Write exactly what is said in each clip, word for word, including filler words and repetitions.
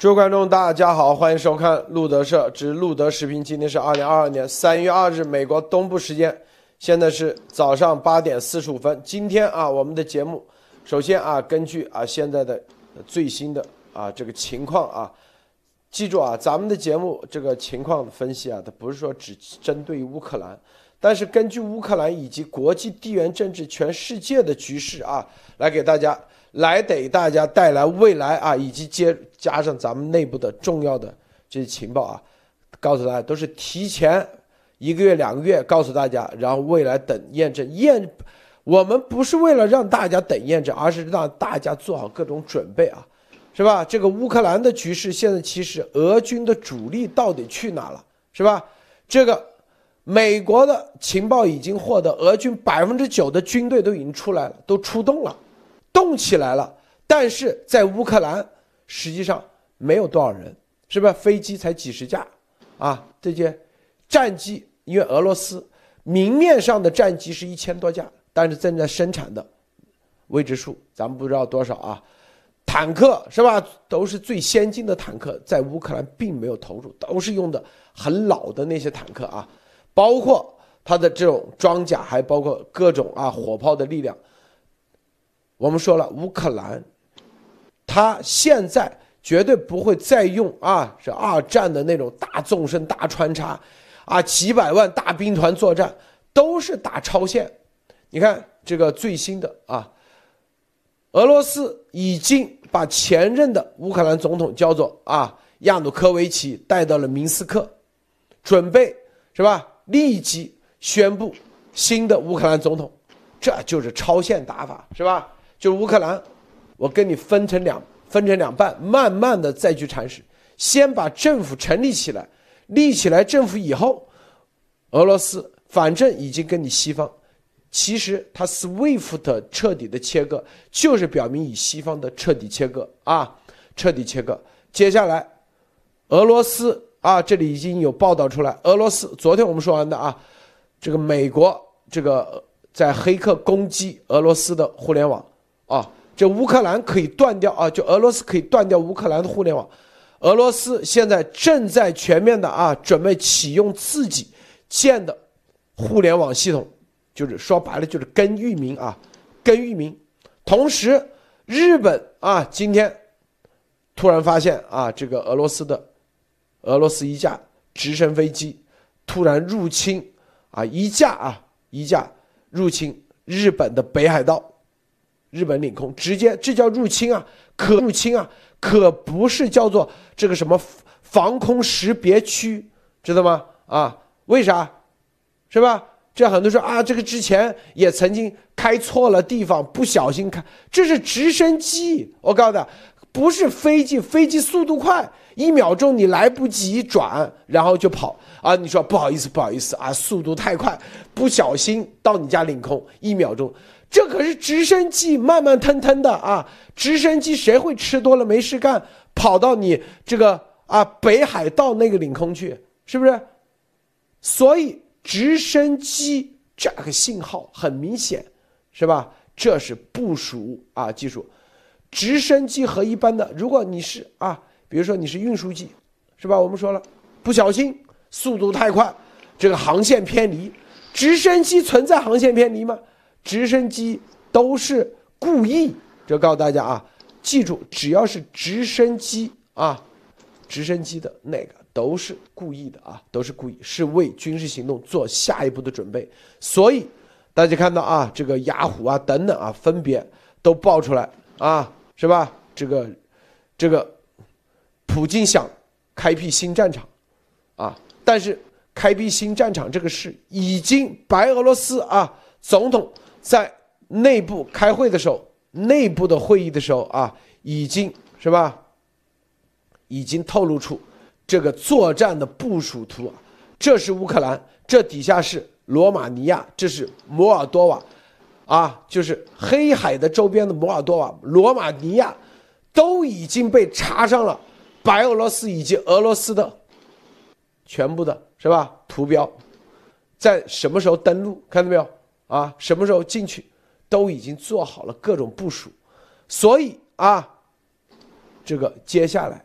诸位观众，大家好，欢迎收看路德社之路德视频。今天是二零二二年三月二日，美国东部时间，现在是早上八点四十五分。今天啊，我们的节目首先啊，根据啊现在的最新的啊这个情况啊，记住啊，咱们的节目这个情况的分析啊，它不是说只针对于乌克兰，但是根据乌克兰以及国际地缘政治、全世界的局势啊，来给大家。来给大家带来未来啊，以及接加上咱们内部的重要的这些情报啊，告诉大家都是提前一个月、两个月告诉大家，然后未来等验证验。我们不是为了让大家等验证，而是让大家做好各种准备啊，是吧？这个乌克兰的局势现在其实俄军的主力到底去哪了，是吧？这个美国的情报已经获得，俄军百分之九的军队都已经出来了，都出动了。动起来了，但是在乌克兰实际上没有多少人，是吧？飞机才几十架啊，这些战机，因为俄罗斯明面上的战机是一千多架，但是正在生产的未知数，咱们不知道多少啊。坦克是吧？都是最先进的坦克，在乌克兰并没有投入，都是用的很老的那些坦克啊，包括它的这种装甲，还包括各种啊火炮的力量。我们说了，乌克兰，他现在绝对不会再用啊，是二战的那种大纵深、大穿插，啊，几百万大兵团作战，都是打超线。你看这个最新的啊，俄罗斯已经把前任的乌克兰总统叫做啊亚努科维奇带到了明斯克，准备是吧？立即宣布新的乌克兰总统，这就是超线打法，是吧？就乌克兰，我跟你分成两分成两半，慢慢的再去阐释。先把政府成立起来，立起来政府以后，俄罗斯反正已经跟你西方，其实它 S W I F T 彻底的切割，就是表明与西方的彻底切割啊，彻底切割。接下来，俄罗斯啊，这里已经有报道出来，俄罗斯昨天我们说完的啊，这个美国这个在黑客攻击俄罗斯的互联网。啊，这乌克兰可以断掉啊，就俄罗斯可以断掉乌克兰的互联网。俄罗斯现在正在全面的啊，准备启用自己建的互联网系统，就是说白了就是跟域名啊，跟域名。同时，日本啊，今天突然发现啊，这个俄罗斯的俄罗斯一架直升飞机突然入侵啊，一架啊一架入侵日本的北海道。日本领空直接，这叫入侵啊，可入侵啊，可不是叫做这个什么防空识别区，知道吗？啊，为啥？是吧？这很多说啊，这个之前也曾经开错了地方，不小心开，这是直升机，我告诉他，不是飞机，飞机速度快，一秒钟你来不及转，然后就跑啊！你说不好意思，不好意思啊，速度太快，不小心到你家领空，一秒钟。这可是直升机，慢慢腾腾的啊！直升机谁会吃多了没事干，跑到你这个啊北海道那个领空去，是不是？所以直升机这个信号很明显，是吧？这是部署啊技术。直升机和一般的，如果你是啊，比如说你是运输机，是吧？我们说了，不小心速度太快，这个航线偏离，直升机存在航线偏离吗？直升机都是故意，这告诉大家啊，记住，只要是直升机啊，直升机的那个都是故意的啊，都是故意，是为军事行动做下一步的准备。所以大家看到啊，这个雅虎啊等等啊，分别都爆出来啊，是吧？这个这个普京想开辟新战场啊，但是开辟新战场这个事已经白俄罗斯啊总统。在内部开会的时候，内部的会议的时候啊，已经是吧？已经透露出这个作战的部署图啊。这是乌克兰，这底下是罗马尼亚，这是摩尔多瓦，啊，就是黑海的周边的摩尔多瓦、罗马尼亚，都已经被插上了白俄罗斯以及俄罗斯的全部的是吧？图标，在什么时候登陆？看到没有？啊，什么时候进去，都已经做好了各种部署，所以啊，这个接下来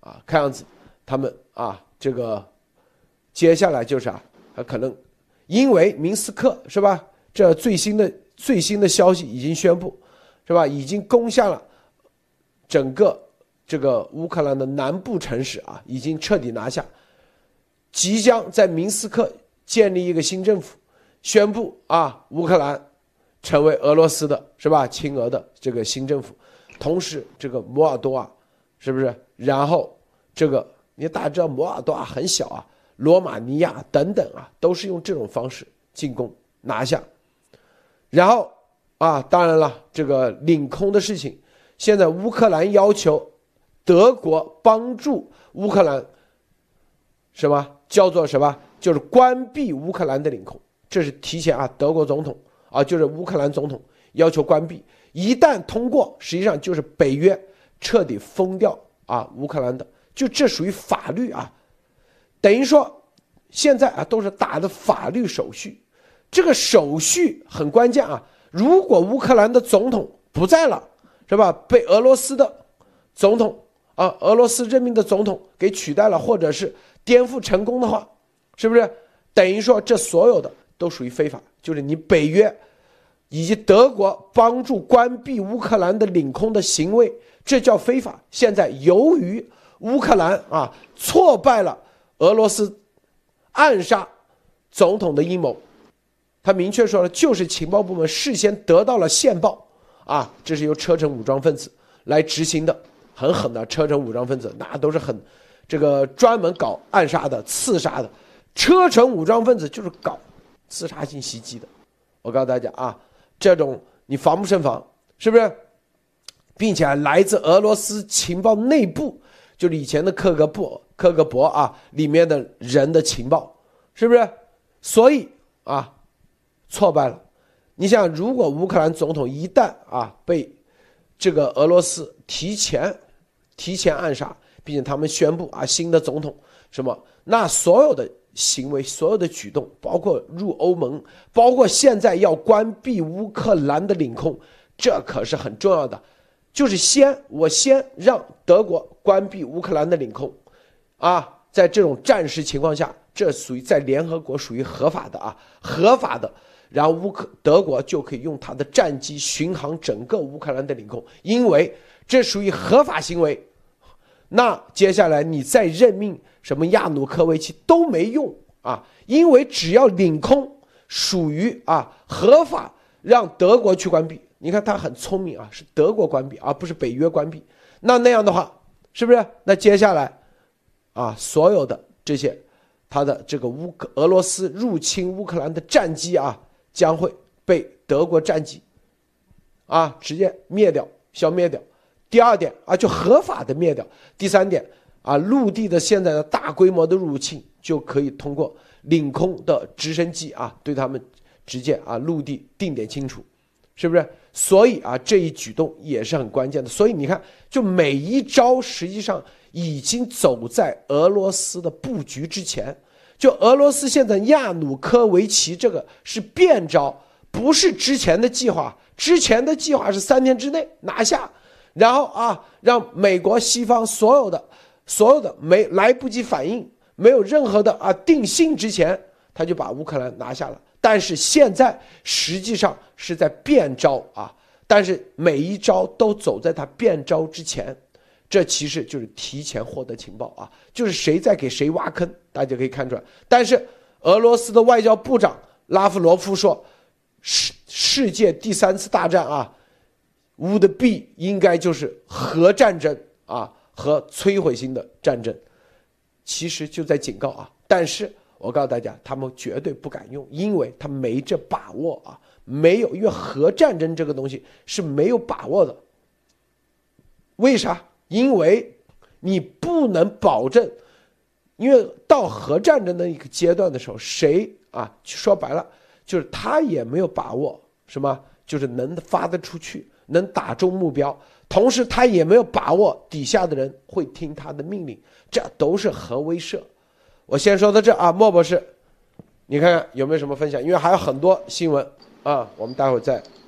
啊，看样子他们啊这个接下来就是啊，可能因为明斯克是吧？这最新的最新的消息已经宣布是吧？已经攻下了整个这个乌克兰的南部城市啊，已经彻底拿下，即将在明斯克建立一个新政府，宣布啊乌克兰成为俄罗斯的是吧？亲俄的这个新政府，同时这个摩尔多瓦是不是？然后这个你大家知道摩尔多瓦很小啊，罗马尼亚等等啊，都是用这种方式进攻拿下。然后啊，当然了，这个领空的事情，现在乌克兰要求德国帮助乌克兰，什么叫做什么？就是关闭乌克兰的领空，这是提前啊，德国总统啊，就是乌克兰总统要求关闭，一旦通过，实际上就是北约彻底封掉啊乌克兰的，就这属于法律啊，等于说现在啊都是打的法律手续。这个手续很关键啊！如果乌克兰的总统不在了，是吧？被俄罗斯的总统啊，俄罗斯任命的总统给取代了，或者是颠覆成功的话，是不是等于说这所有的都属于非法？就是你北约以及德国帮助关闭乌克兰的领空的行为，这叫非法。现在由于乌克兰啊挫败了俄罗斯暗杀总统的阴谋。他明确说了，就是情报部门事先得到了线报啊，这是由车臣武装分子来执行的，很狠的车臣武装分子，那都是很这个专门搞暗杀的、刺杀的。车臣武装分子就是搞刺杀性袭击的。我告诉大家啊，这种你防不胜防，是不是？并且来自俄罗斯情报内部，就是以前的克格勃、克格勃啊里面的人的情报，是不是？所以啊。挫败了，你想，如果乌克兰总统一旦啊被这个俄罗斯提前提前暗杀，并且他们宣布啊新的总统什么，那所有的行为、所有的举动，包括入欧盟，包括现在要关闭乌克兰的领空，这可是很重要的。就是先我先让德国关闭乌克兰的领空，啊，在这种战时情况下，这属于在联合国属于合法的啊，合法的。然后乌克德国就可以用他的战机巡航整个乌克兰的领空，因为这属于合法行为。那接下来你再任命什么亚努科维奇都没用啊，因为只要领空属于啊合法，让德国去关闭。你看他很聪明啊，是德国关闭而不是北约关闭。那那样的话，是不是？那接下来啊，所有的这些他的这个乌克俄罗斯入侵乌克兰的战机啊。将会被德国战机啊直接灭掉、消灭掉。第二点啊，就合法的灭掉。第三点啊，陆地的现在的大规模的入侵就可以通过领空的直升机啊，对他们直接啊陆地定点清除，是不是？所以啊，这一举动也是很关键的。所以你看，就每一招实际上已经走在俄罗斯的布局之前。就俄罗斯现在亚努科维奇这个是变招，不是之前的计划。之前的计划是三天之内拿下，然后啊，让美国西方所有的所有的没来不及反应，没有任何的啊定性之前，他就把乌克兰拿下了。但是现在实际上是在变招啊，但是每一招都走在他变招之前。这其实就是提前获得情报啊，就是谁在给谁挖坑，大家可以看出来。但是俄罗斯的外交部长拉夫罗夫说，世世界第三次大战啊 ，would be 应该就是核战争啊和摧毁性的战争，其实就在警告啊。但是我告诉大家，他们绝对不敢用，因为他没这把握啊，没有，因为核战争这个东西是没有把握的。为啥？因为你不能保证，因为到核战争的一个阶段的时候，谁啊说白了就是他也没有把握什么，就是能发得出去，能打中目标，同时他也没有把握底下的人会听他的命令，这都是核威慑。我先说到这啊，莫博士，你看看有没有什么分享？因为还有很多新闻啊，我们待会儿再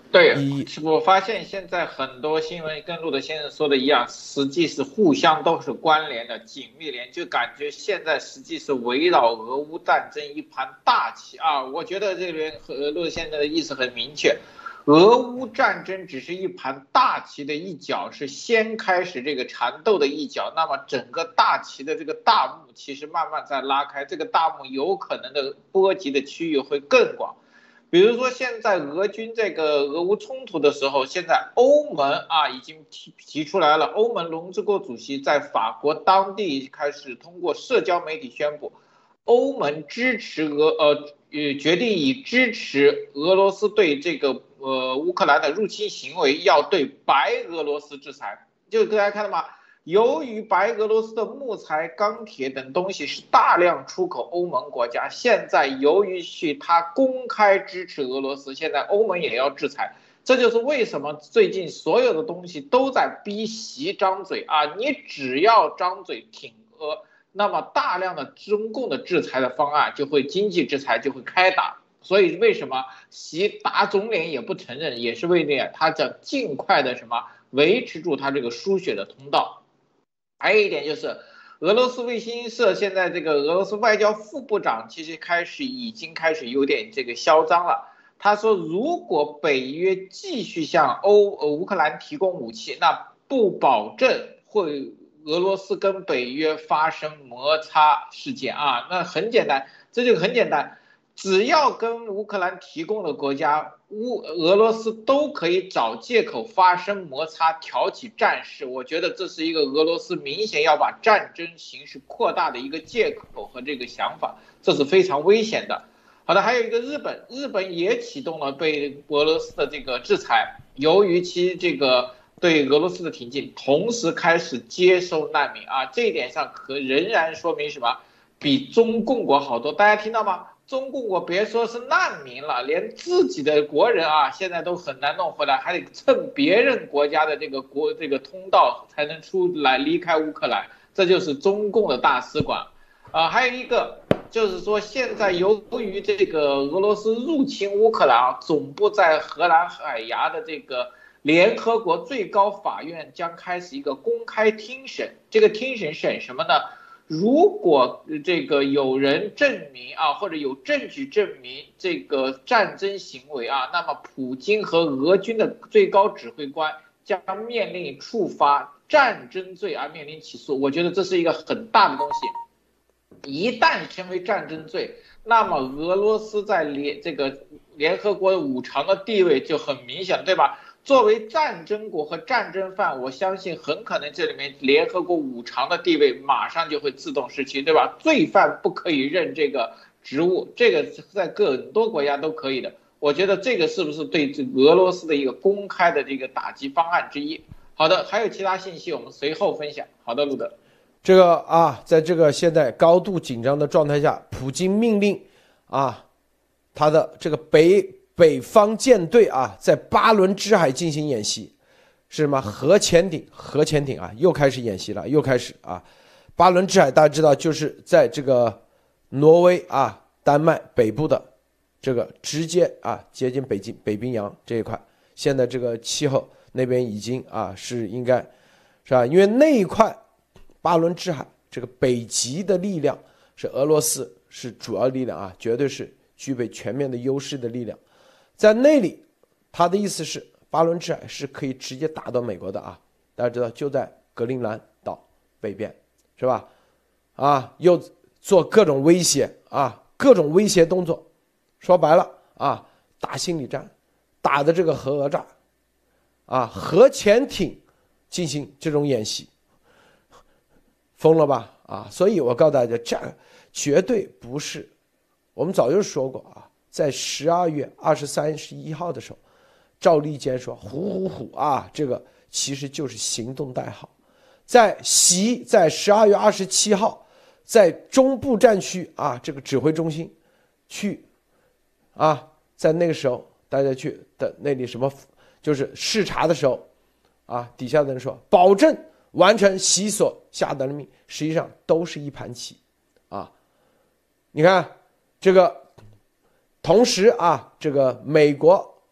对， 意义。 我发现现在很多新闻跟陆德先生说的一样，实际是互相都是关联的，紧密连，就感觉现在实际是围绕俄乌战争一盘大棋啊。我觉得这边和陆德先生的意思很明确，俄乌战争只是一盘大棋的一角，是先开始这个缠斗的一角，那么整个大棋的这个大幕其实慢慢在拉开，这个大幕有可能的波及的区域会更广。比如说，现在俄军这个俄乌冲突的时候，现在欧盟啊已经提提出来了，欧盟龙之国主席在法国当地开始通过社交媒体宣布，欧盟支持俄呃呃决定以支持俄罗斯对这个呃乌克兰的入侵行为，要对白俄罗斯制裁。就大家看到吗？由于白俄罗斯的木材、钢铁等东西是大量出口欧盟国家，现在由于是他公开支持俄罗斯，现在欧盟也要制裁。这就是为什么最近所有的东西都在逼习张嘴啊！你只要张嘴挺俄，那么大量的中共的制裁的方案就会经济制裁就会开打。所以为什么习打肿脸也不承认，也是为了他想尽快的什么维持住他这个输血的通道。还有一点就是，俄罗斯卫星社现在这个俄罗斯外交副部长其实开始已经开始有点这个嚣张了。他说，如果北约继续向欧呃乌克兰提供武器，那不保证会俄罗斯跟北约发生摩擦事件啊。那很简单，这就很简单。只要跟乌克兰提供的国家，乌俄罗斯都可以找借口发生摩擦，挑起战事。我觉得这是一个俄罗斯明显要把战争形势扩大的一个借口和这个想法，这是非常危险的。好的，还有一个日本，日本也启动了对俄罗斯的这个制裁，由于其这个对俄罗斯的挺进，同时开始接收难民啊，这一点上可仍然说明什么？比中共国好多。大家听到吗？中共国别说是难民了，连自己的国人啊，现在都很难弄回来，还得蹭别人国家的这个国这个通道才能出来离开乌克兰，这就是中共的大使馆。啊、呃，还有一个就是说，现在由于这个俄罗斯入侵乌克兰啊，总部在荷兰海牙的这个联合国最高法院将开始一个公开听审，这个听审审什么呢？如果这个有人证明啊，或者有证据证明这个战争行为啊，那么普京和俄军的最高指挥官将面临触发战争罪而面临起诉。我觉得这是一个很大的东西。一旦成为战争罪，那么俄罗斯在联这个联合国五常的地位就很明显，对吧？作为战争国和战争犯，我相信很可能这里面联合国五常的地位马上就会自动失去，对吧？罪犯不可以任这个职务，这个在很多国家都可以的。我觉得这个是不是对这俄罗斯的一个公开的这个打击方案之一？好的，还有其他信息我们随后分享。好的，路德。 这个啊，在这个现在高度紧张的状态下，普京命令啊，他的这个北北方舰队啊，在巴伦支海进行演习，是什么？核潜艇，核潜艇啊，又开始演习了，又开始啊。巴伦支海大家知道，就是在这个挪威啊、丹麦北部的这个直接啊接近北京北冰洋这一块，现在这个气候那边已经啊是应该是吧？因为那一块巴伦支海这个北极的力量是俄罗斯是主要力量啊，绝对是具备全面的优势的力量。在那里，他的意思是巴伦支海是可以直接打到美国的啊，大家知道就在格陵兰岛北边，是吧？啊，又做各种威胁啊，各种威胁动作，说白了啊，打心理战，打的这个核讹诈，啊，核潜艇进行这种演习，疯了吧？啊，所以我告诉大家，这绝对不是，我们早就说过啊。在十二月二十三、十一号的时候，赵立坚说：“虎虎虎啊，这个其实就是行动代号。”在习在十二月二十七号，在中部战区啊这个指挥中心去啊，在那个时候大家去的那里什么，就是视察的时候啊，底下的人说保证完成习所下达的命，实际上都是一盘棋啊。你看这个。同时啊，这个美国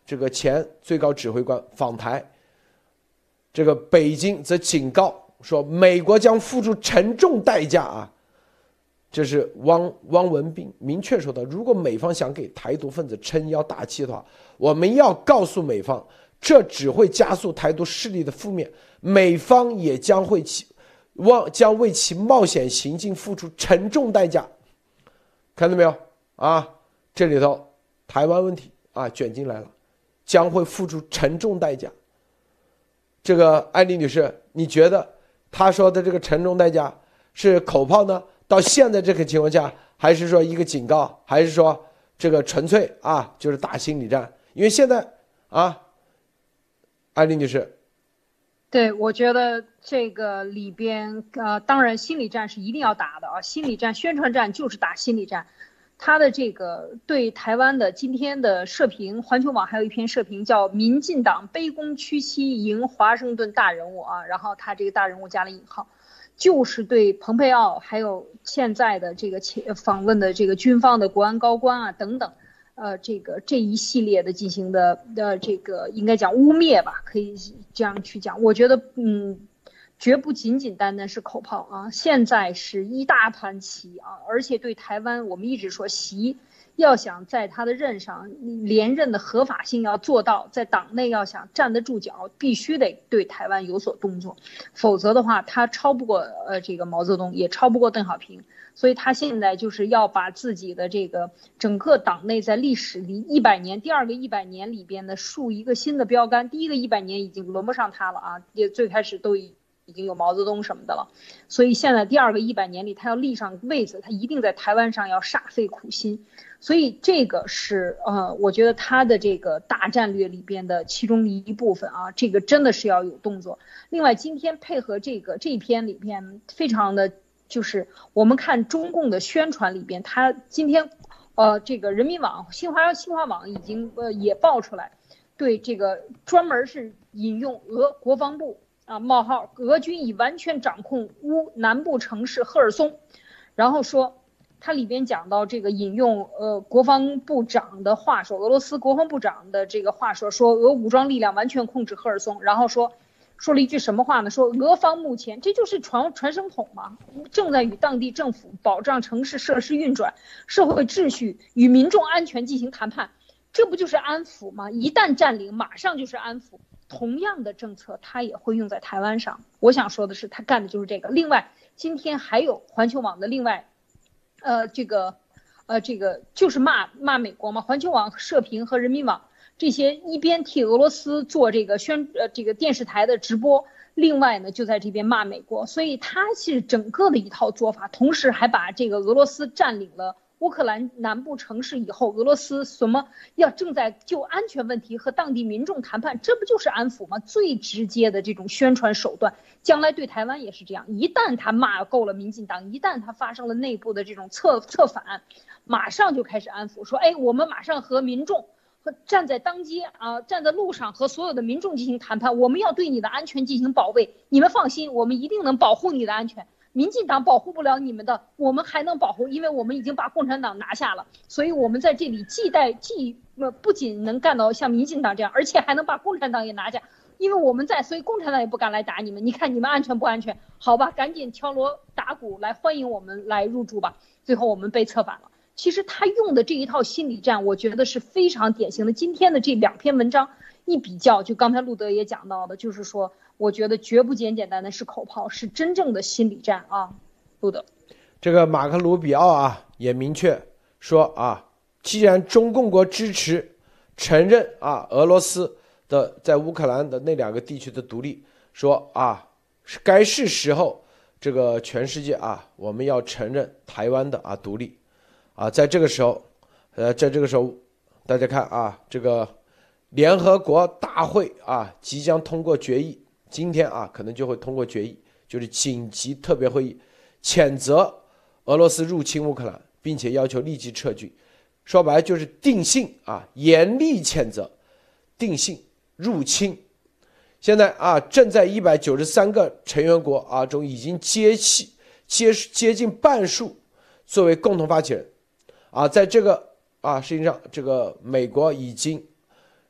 这个前最高指挥官访台，这个北京则警告说美国将付出沉重代价啊。这是汪汪文斌明确说的，如果美方想给台独分子撑腰打气的话，我们要告诉美方，这只会加速台独势力的覆灭，美方也将会其望将为其冒险行径付出沉重代价。看到没有啊？这里头台湾问题啊卷进来了，将会付出沉重代价。这个艾丽女士，你觉得她说的这个沉重代价是口炮呢？到现在这个情况下，还是说一个警告，还是说这个纯粹啊就是打心理战？因为现在啊，艾丽女士， 对，我觉得这个里边呃，当然心理战是一定要打的啊，心理战、宣传战就是打心理战。他的这个对台湾的今天的社评，环球网还有一篇社评叫“民进党卑躬屈膝迎华盛顿大人物”啊，然后他这个大人物加了引号。就是对蓬佩奥还有现在的这个访问的这个军方的国安高官啊等等，呃，这个这一系列的进行的呃这个应该讲污蔑吧，可以这样去讲。我觉得嗯，绝不仅仅单单是口炮啊，现在是一大盘棋啊，而且对台湾我们一直说习要想在他的任上连任的合法性要做到，在党内要想站得住脚，必须得对台湾有所动作，否则的话他超不过呃这个毛泽东，也超不过邓小平，所以他现在就是要把自己的这个整个党内在历史里一百年第二个一百年里边的树一个新的标杆，第一个一百年已经轮不上他了啊，也最开始都已已经有毛泽东什么的了，所以现在第二个一百年里他要立上位子，他一定在台湾上要煞费苦心。所以这个是呃，我觉得他的这个大战略里边的其中一部分啊，这个真的是要有动作。另外，今天配合这个这一篇里边，非常的就是我们看中共的宣传里边，他今天呃这个人民网、新华新华网已经呃也爆出来，对这个专门是引用俄国防部啊冒号，俄军已完全掌控乌南部城市赫尔松，然后说。它里边讲到这个引用呃国防部长的话说，俄罗斯国防部长的这个话说，说俄武装力量完全控制赫尔松，然后说说了一句什么话呢？说俄方目前这就是传传声筒嘛，正在与当地政府保障城市设施运转、社会秩序与民众安全进行谈判，这不就是安抚吗？一旦占领，马上就是安抚。同样的政策，它也会用在台湾上。我想说的是，他干的就是这个。另外，今天还有环球网的另外。呃，这个，呃，这个就是骂骂美国嘛。环球网、社评和人民网这些一边替俄罗斯做这个宣呃这个电视台的直播，另外呢就在这边骂美国，所以它是整个的一套做法，同时还把这个俄罗斯占领了乌克兰南部城市以后，俄罗斯什么要正在就安全问题和当地民众谈判，这不就是安抚吗？最直接的这种宣传手段，将来对台湾也是这样。一旦他骂够了民进党，一旦他发生了内部的这种策策反，马上就开始安抚，说，哎，我们马上和民众和站在当街啊，站在路上和所有的民众进行谈判，我们要对你的安全进行保卫，你们放心，我们一定能保护你的安全。民进党保护不了你们的，我们还能保护，因为我们已经把共产党拿下了，所以我们在这里既带既呃不仅能干到像民进党这样，而且还能把共产党也拿下，因为我们在，所以共产党也不敢来打你们。你看你们安全不安全？好吧，赶紧敲锣打鼓来欢迎我们来入驻吧。最后我们被策反了。其实他用的这一套心理战，我觉得是非常典型的。今天的这两篇文章一比较，就刚才路德也讲到的，就是说。我觉得绝不简简单单是口炮，是真正的心理战啊，路德。 这个马克卢比奥啊也明确说啊，既然中共国支持承认啊俄罗斯的在乌克兰的那两个地区的独立，说啊是该是时候这个全世界啊我们要承认台湾的啊独立啊，在这个时候，呃，在这个时候，大家看啊，这个联合国大会啊即将通过决议。今天啊，可能就会通过决议，就是紧急特别会议，谴责俄罗斯入侵乌克兰，并且要求立即撤军。说白了就是定性啊，严厉谴责，定性入侵。现在啊，正在一百九十三个成员国啊中，已经接近接接近半数作为共同发起人啊，在这个啊，实际上这个美国已经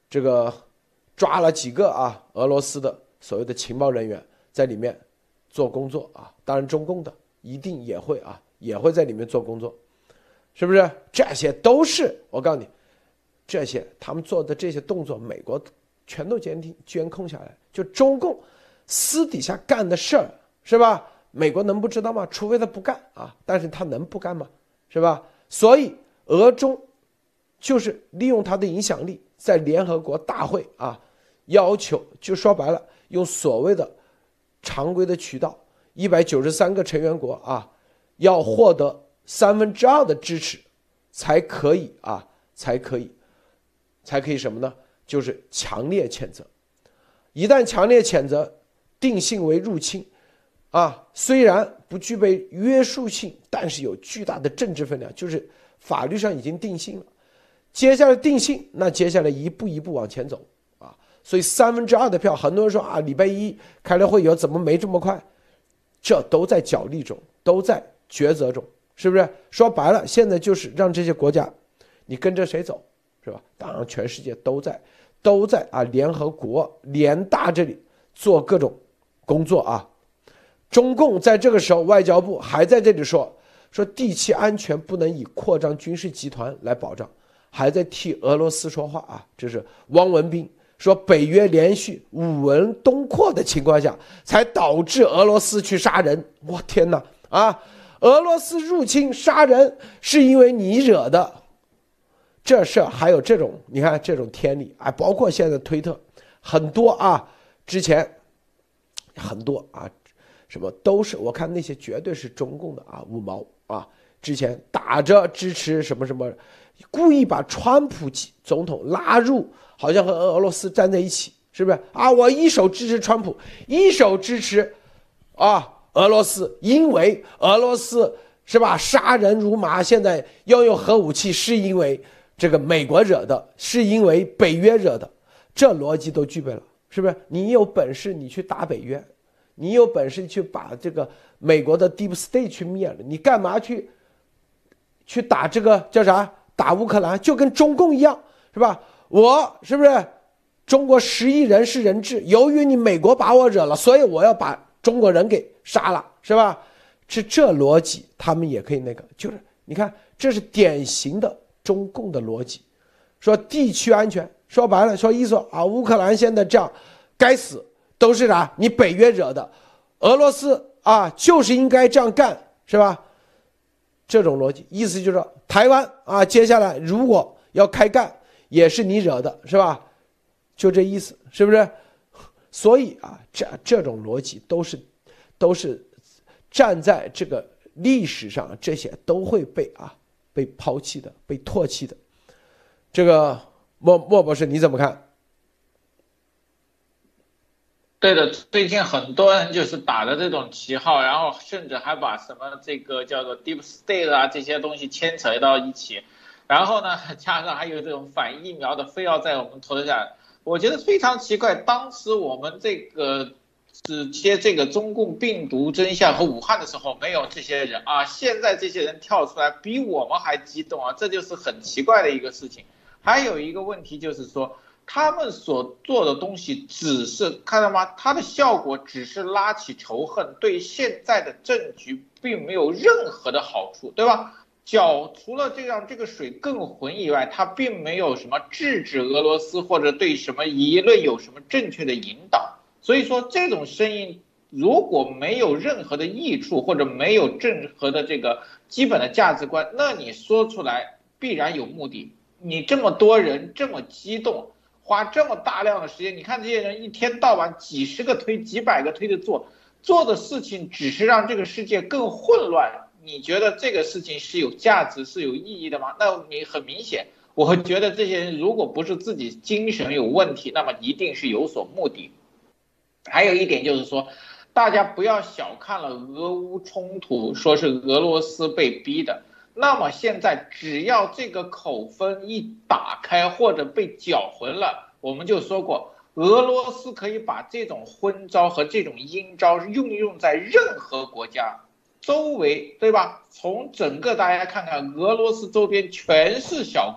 这个抓了几个啊俄罗斯的所谓的情报人员在里面做工作啊，当然中共的一定也会啊也会在里面做工作，是不是？这些都是我告诉你，这些他们做的这些动作，美国全都监听监控下来，就中共私底下干的事儿，是吧？美国能不知道吗？除非他不干啊，但是他能不干吗？是吧？所以俄中就是利用他的影响力，在联合国大会啊，要求就说白了，用所谓的常规的渠道，一百九十三个成员国啊，要获得三分之二的支持，才可以啊，才可以，才可以什么呢？就是强烈谴责。一旦强烈谴责，定性为入侵。啊，虽然不具备约束性，但是有巨大的政治分量，就是法律上已经定性了。接下来定性，那接下来一步一步往前走啊。所以三分之二的票，很多人说啊，礼拜一开了会以后怎么没这么快？这都在角力中，都在抉择中，是不是？说白了，现在就是让这些国家，你跟着谁走，是吧？当然，全世界都在都在啊，联合国联大这里做各种工作啊。中共在这个时候，外交部还在这里说说地区安全不能以扩张军事集团来保障，还在替俄罗斯说话啊！这是汪文斌说，北约连续五轮东扩的情况下，才导致俄罗斯去杀人。我天哪啊！俄罗斯入侵杀人是因为你惹的，这事还有这种你看这种天理啊！包括现在推特很多啊，之前很多啊。什么都是我看那些绝对是中共的啊五毛啊，之前打着支持什么什么，故意把川普总统拉入，好像和俄罗斯站在一起，是不是啊？我一手支持川普，一手支持啊俄罗斯，因为俄罗斯是吧杀人如麻，现在要用核武器是因为这个美国惹的，是因为北约惹的，这逻辑都具备了，是不是？你有本事你去打北约。你有本事去把这个美国的 Deep State 去灭了，你干嘛去去打这个叫啥？打乌克兰，就跟中共一样，是吧？我是不是中国十亿人是人质？由于你美国把我惹了，所以我要把中国人给杀了，是吧？是这逻辑，他们也可以那个，就是你看，这是典型的中共的逻辑，说地区安全，说白了，说意思啊，乌克兰现在这样，该死。都是啥？你北约惹的，俄罗斯啊，就是应该这样干，是吧？这种逻辑，意思就是说，台湾啊，接下来如果要开干，也是你惹的，是吧？就这意思，是不是？所以啊，这这种逻辑都是都是站在这个历史上，这些都会被啊被抛弃的，被唾弃的。这个莫莫博士你怎么看？ 对的，最近很多人就是打着这种旗号，然后甚至还把什么这个叫做 Deep State 啊这些东西牵扯到一起，然后呢，加上还有这种反疫苗的，非要在我们头下，我觉得非常奇怪。当时我们这个直接这个中共病毒真相和武汉的时候，没有这些人啊，现在这些人跳出来，比我们还激动啊，这就是很奇怪的一个事情。还有一个问题就是说，他们所做的东西只是看到吗？它的效果只是拉起仇恨，对现在的政局并没有任何的好处，对吧？搅除了这样这个水更浑以外，它并没有什么制止俄罗斯或者对什么舆论有什么正确的引导。所以说这种声音如果没有任何的益处，或者没有任何的这个基本的价值观，那你说出来必然有目的。你这么多人这么激动，花这么大量的时间，你看这些人一天到晚几十个推几百个推的做做的事情，只是让这个世界更混乱，你觉得这个事情是有价值是有意义的吗？那你很明显，我觉得这些人如果不是自己精神有问题，那么一定是有所目的。还有一点就是说，大家不要小看了俄乌冲突，说是俄罗斯被逼的，那么现在只要这个口风一打开或者被搅浑了，我们就说过，俄罗斯可以把这种昏招和这种阴招运用在任何国家周围，对吧？从整个大家看看，俄罗斯周边全是小国，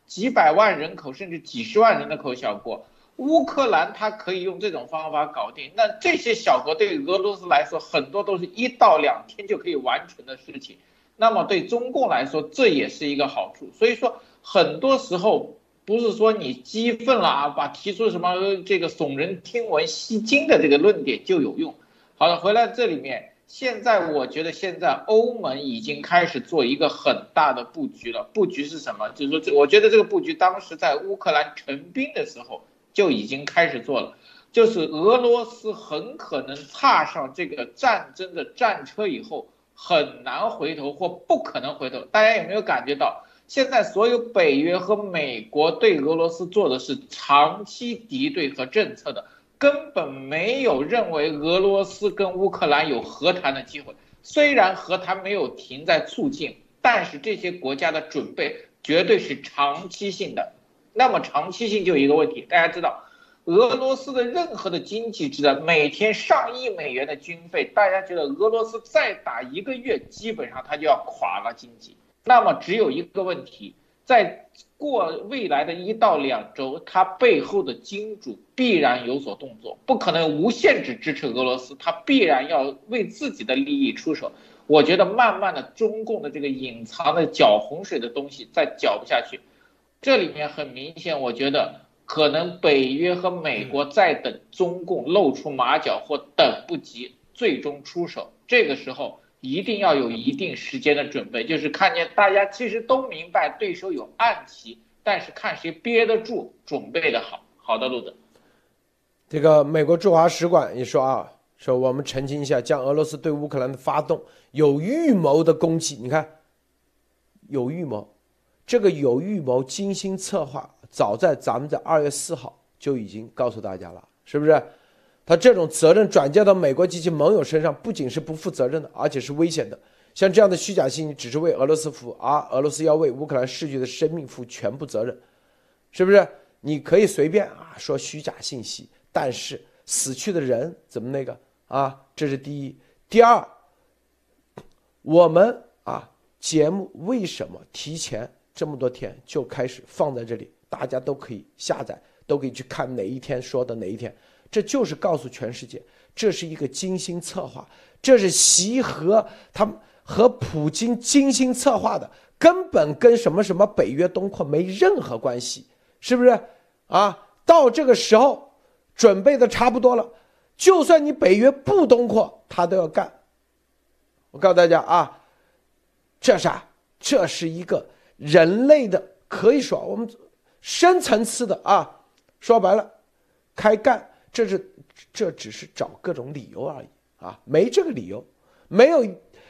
几百万人口甚至几十万人的口小国。乌克兰它可以用这种方法搞定，那这些小国对俄罗斯来说，很多都是一到两天就可以完成的事情。那么对中共来说，这也是一个好处。所以说，很多时候不是说你激愤了啊，把提出什么这个耸人听闻、吸睛的这个论点就有用。好了，回来这里面，现在我觉得现在欧盟已经开始做一个很大的布局了。布局是什么？就是说，我觉得这个布局当时在乌克兰成兵的时候就已经开始做了，就是俄罗斯很可能踏上这个战争的战车以后，很难回头或不可能回头。大家有没有感觉到，现在所有北约和美国对俄罗斯做的是长期敌对和政策的，根本没有认为俄罗斯跟乌克兰有和谈的机会。虽然和谈没有停在促进，但是这些国家的准备绝对是长期性的。那么长期性就有一个问题，大家知道俄罗斯的任何的经济支持，每天上亿美元的军费，大家觉得俄罗斯再打一个月基本上它就要垮了经济。那么只有一个问题，在过未来的一到两周，它背后的金主必然有所动作，不可能无限制支持俄罗斯，它必然要为自己的利益出手。我觉得慢慢的中共的这个隐藏的搅洪水的东西再搅不下去。这里面很明显，我觉得可能北约和美国在等中共露出马脚或等不及最终出手，这个时候一定要有一定时间的准备，就是看见大家其实都明白对手有暗棋，但是看谁憋得住，准备的好。好的，路子。 这个美国驻华使馆也说啊，说我们澄清一下，将俄罗斯对乌克兰的发动有预谋的攻击，你看有预谋。这个有预谋、精心策划，早在咱们在二月四号就已经告诉大家了，是不是？他这种责任转嫁到美国及其盟友身上，不仅是不负责任的，而且是危险的。像这样的虚假信息，只是为俄罗斯服务，而俄罗斯要为乌克兰逝去的生命负全部责任，是不是？你可以随便啊说虚假信息，但是死去的人怎么那个啊？这是第一。第二，我们啊节目为什么提前这么多天就开始放在这里，大家都可以下载，都可以去看哪一天说的哪一天，这就是告诉全世界，这是一个精心策划，这是习和他们和普京精心策划的，根本跟什么什么北约东扩没任何关系，是不是啊？到这个时候准备的差不多了，就算你北约不东扩，他都要干。我告诉大家啊，这啥？这是一个人类的，可以说我们深层次的啊，说白了，开干，这是这只是找各种理由而已啊，没这个理由，没有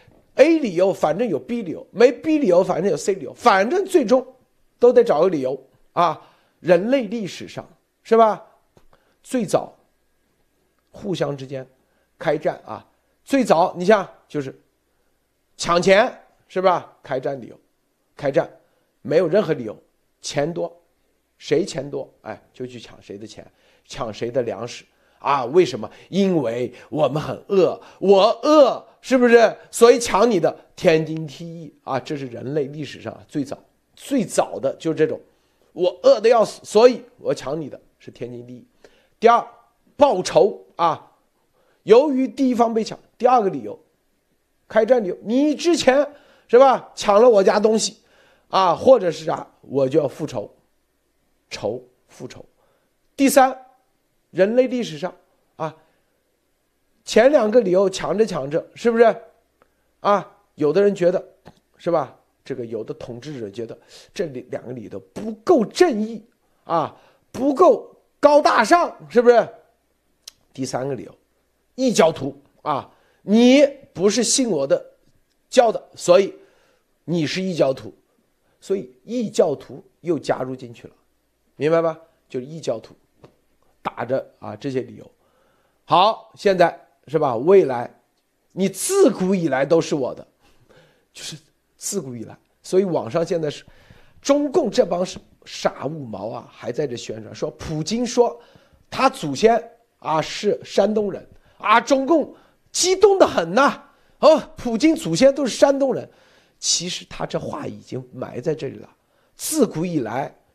A 理由，反正有 B 理由，没 B 理由，反正有 C 理由，反正最终都得找个理由啊。人类历史上是吧，最早互相之间开战啊，最早你像就是抢钱是吧，开战理由，开战没有任何理由，钱多，谁钱多，哎，就去抢谁的钱，抢谁的粮食啊？为什么？因为我们很饿，我饿，是不是？所以抢你的，天经地义啊！这是人类历史上最早最早的就是这种，我饿得要死，所以我抢你的，是天经地义。第二，报仇啊，由于第一方被抢，第二个理由，开战理由，你之前是吧抢了我家东西啊，或者是啥，我就要复仇，仇复仇。第三，人类历史上啊，前两个理由抢着抢着，是不是啊？有的人觉得是吧，这个有的统治者觉得这两个理由不够正义啊，不够高大上，是不是？第三个理由，异教徒啊，你不是信我的教的，所以你是异教徒，所以异教徒又加入进去了，明白吧？就是异教徒打着啊这些理由。好，现在是吧？未来你自古以来都是我的，就是自古以来，所以网上现在是中共这帮傻五毛啊，还在这宣传说普京说他祖先啊是山东人啊，中共激动得很呐、啊，哦，普京祖先都是山东人，其实他这话已经埋在这里了。自古以来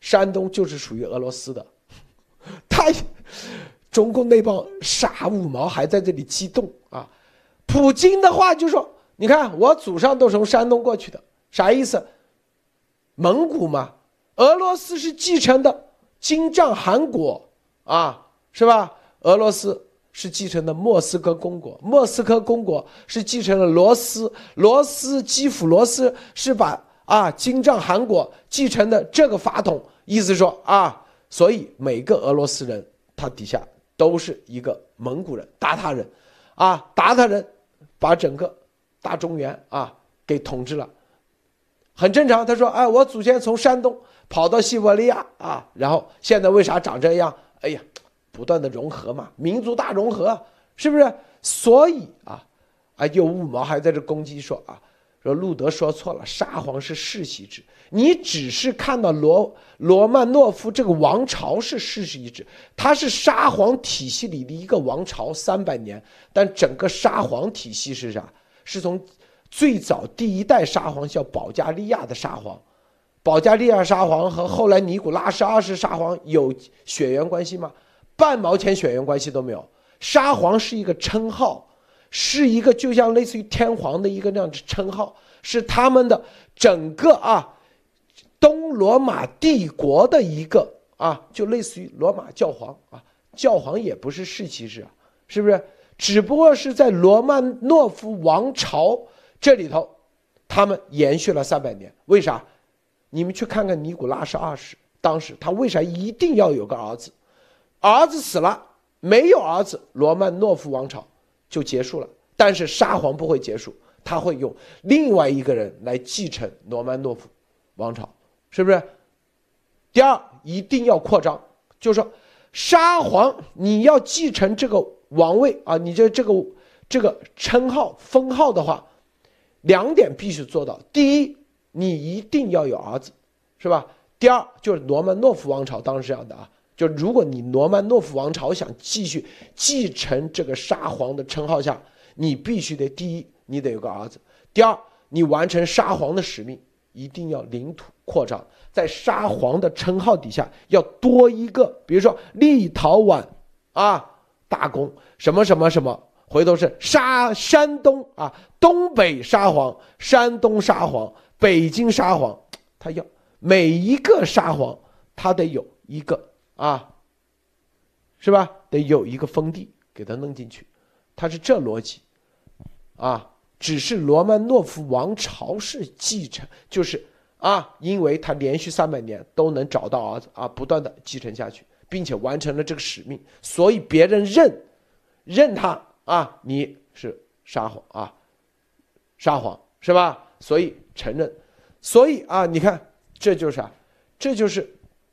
山东就是属于俄罗斯的。他中共那帮傻五毛还在这里激动啊！普京的话就说：“你看，我祖上都从山东过去的，啥意思？蒙古嘛，俄罗斯是继承的金帐汗国啊，是吧？俄罗斯是继承的莫斯科公国，莫斯科公国是继承了罗斯，罗斯基辅罗斯是把啊金帐汗国继承的这个法统，意思说啊。”所以每个俄罗斯人他底下都是一个蒙古人鞑靼人啊，鞑靼人把整个大中原啊给统治了，很正常。他说哎，我祖先从山东跑到西伯利亚啊，然后现在为啥长这样？哎呀，不断的融合嘛，民族大融合，是不是？所以啊啊有五毛还在这攻击说啊说路德说错了，沙皇是世袭制，你只是看到罗罗曼诺夫这个王朝是世袭制，它是沙皇体系里的一个王朝三百年，但整个沙皇体系是啥？是从最早第一代沙皇叫保加利亚的沙皇，保加利亚沙皇和后来尼古拉斯二世沙皇有血缘关系吗？半毛钱血缘关系都没有。沙皇是一个称号，是一个就像类似于天皇的一个那样的称号，是他们的整个啊东罗马帝国的一个啊，就类似于罗马教皇啊，教皇也不是世袭制啊，是不是？只不过是在罗曼诺夫王朝这里头，他们延续了三百年。为啥？你们去看看尼古拉斯二世，当时他为啥一定要有个儿子？儿子死了，没有儿子，罗曼诺夫王朝就结束了。但是沙皇不会结束，他会用另外一个人来继承罗曼诺夫王朝，是不是？第二，一定要扩张，就是说沙皇你要继承这个王位啊，你这这个这个称号封号的话，两点必须做到。第一，你一定要有儿子，是吧？第二，就是罗曼诺夫王朝当时这样的啊，就如果你罗曼诺夫王朝想继续继承这个沙皇的称号下，你必须得第一，你得有个儿子；第二，你完成沙皇的使命，一定要领土扩张，在沙皇的称号底下要多一个，比如说立陶宛啊大公什么什么什么，回头是沙山东啊东北沙皇、山东沙皇、北京沙皇，他要每一个沙皇他得有一个啊，是吧？得有一个封地给他弄进去，他是这逻辑啊。只是罗曼诺夫王朝是继承，就是啊，因为他连续三百年都能找到儿子啊，不断的继承下去，并且完成了这个使命，所以别人认认他啊，你是沙皇啊，沙皇是吧？所以承认，所以啊，你看这就是啥？这就是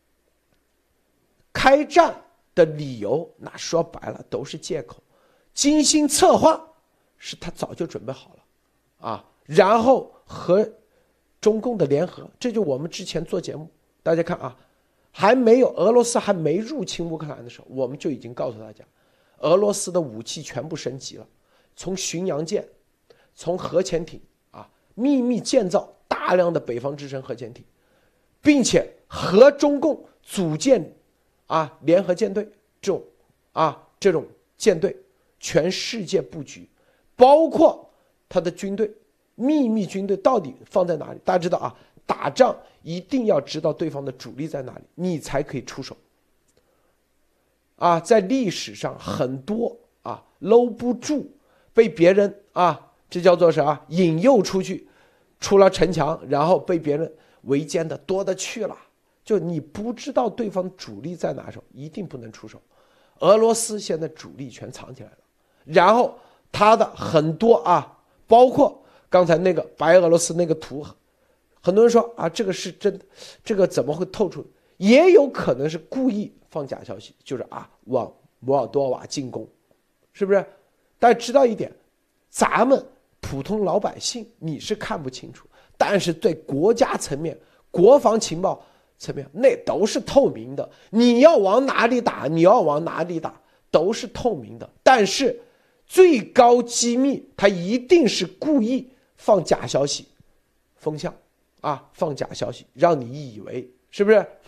开战的理由，那说白了都是借口，精心策划。是他早就准备好了啊，然后和中共的联合，这就我们之前做节目，大家看啊，还没有俄罗斯还没入侵乌克兰的时候，我们就已经告诉大家，俄罗斯的武器全部升级了，从巡洋舰，从核潜艇啊，秘密建造大量的北方之声核潜艇，并且和中共组建啊联合舰队这种啊这种舰队，全世界布局。包括他的军队，秘密军队到底放在哪里？大家知道啊，打仗一定要知道对方的主力在哪里，你才可以出手。啊，在历史上很多啊搂不住，被别人啊，这叫做啥？引诱出去，出了城墙，然后被别人围歼的多得去了。就你不知道对方主力在哪时候，一定不能出手。俄罗斯现在主力全藏起来了，然后。他的很多啊，包括刚才那个白俄罗斯那个图，很多人说啊，这个是真的，这个怎么会透出？也有可能是故意放假消息，就是啊，往摩尔多瓦进攻，是不是？大家知道一点，咱们普通老百姓你是看不清楚，但是对国家层面、国防情报层面，那都是透明的。你要往哪里打，你要往哪里打，都是透明的。但是。最高机密，他一定是故意放假消息，风向啊，放假消息，让你以为是不是？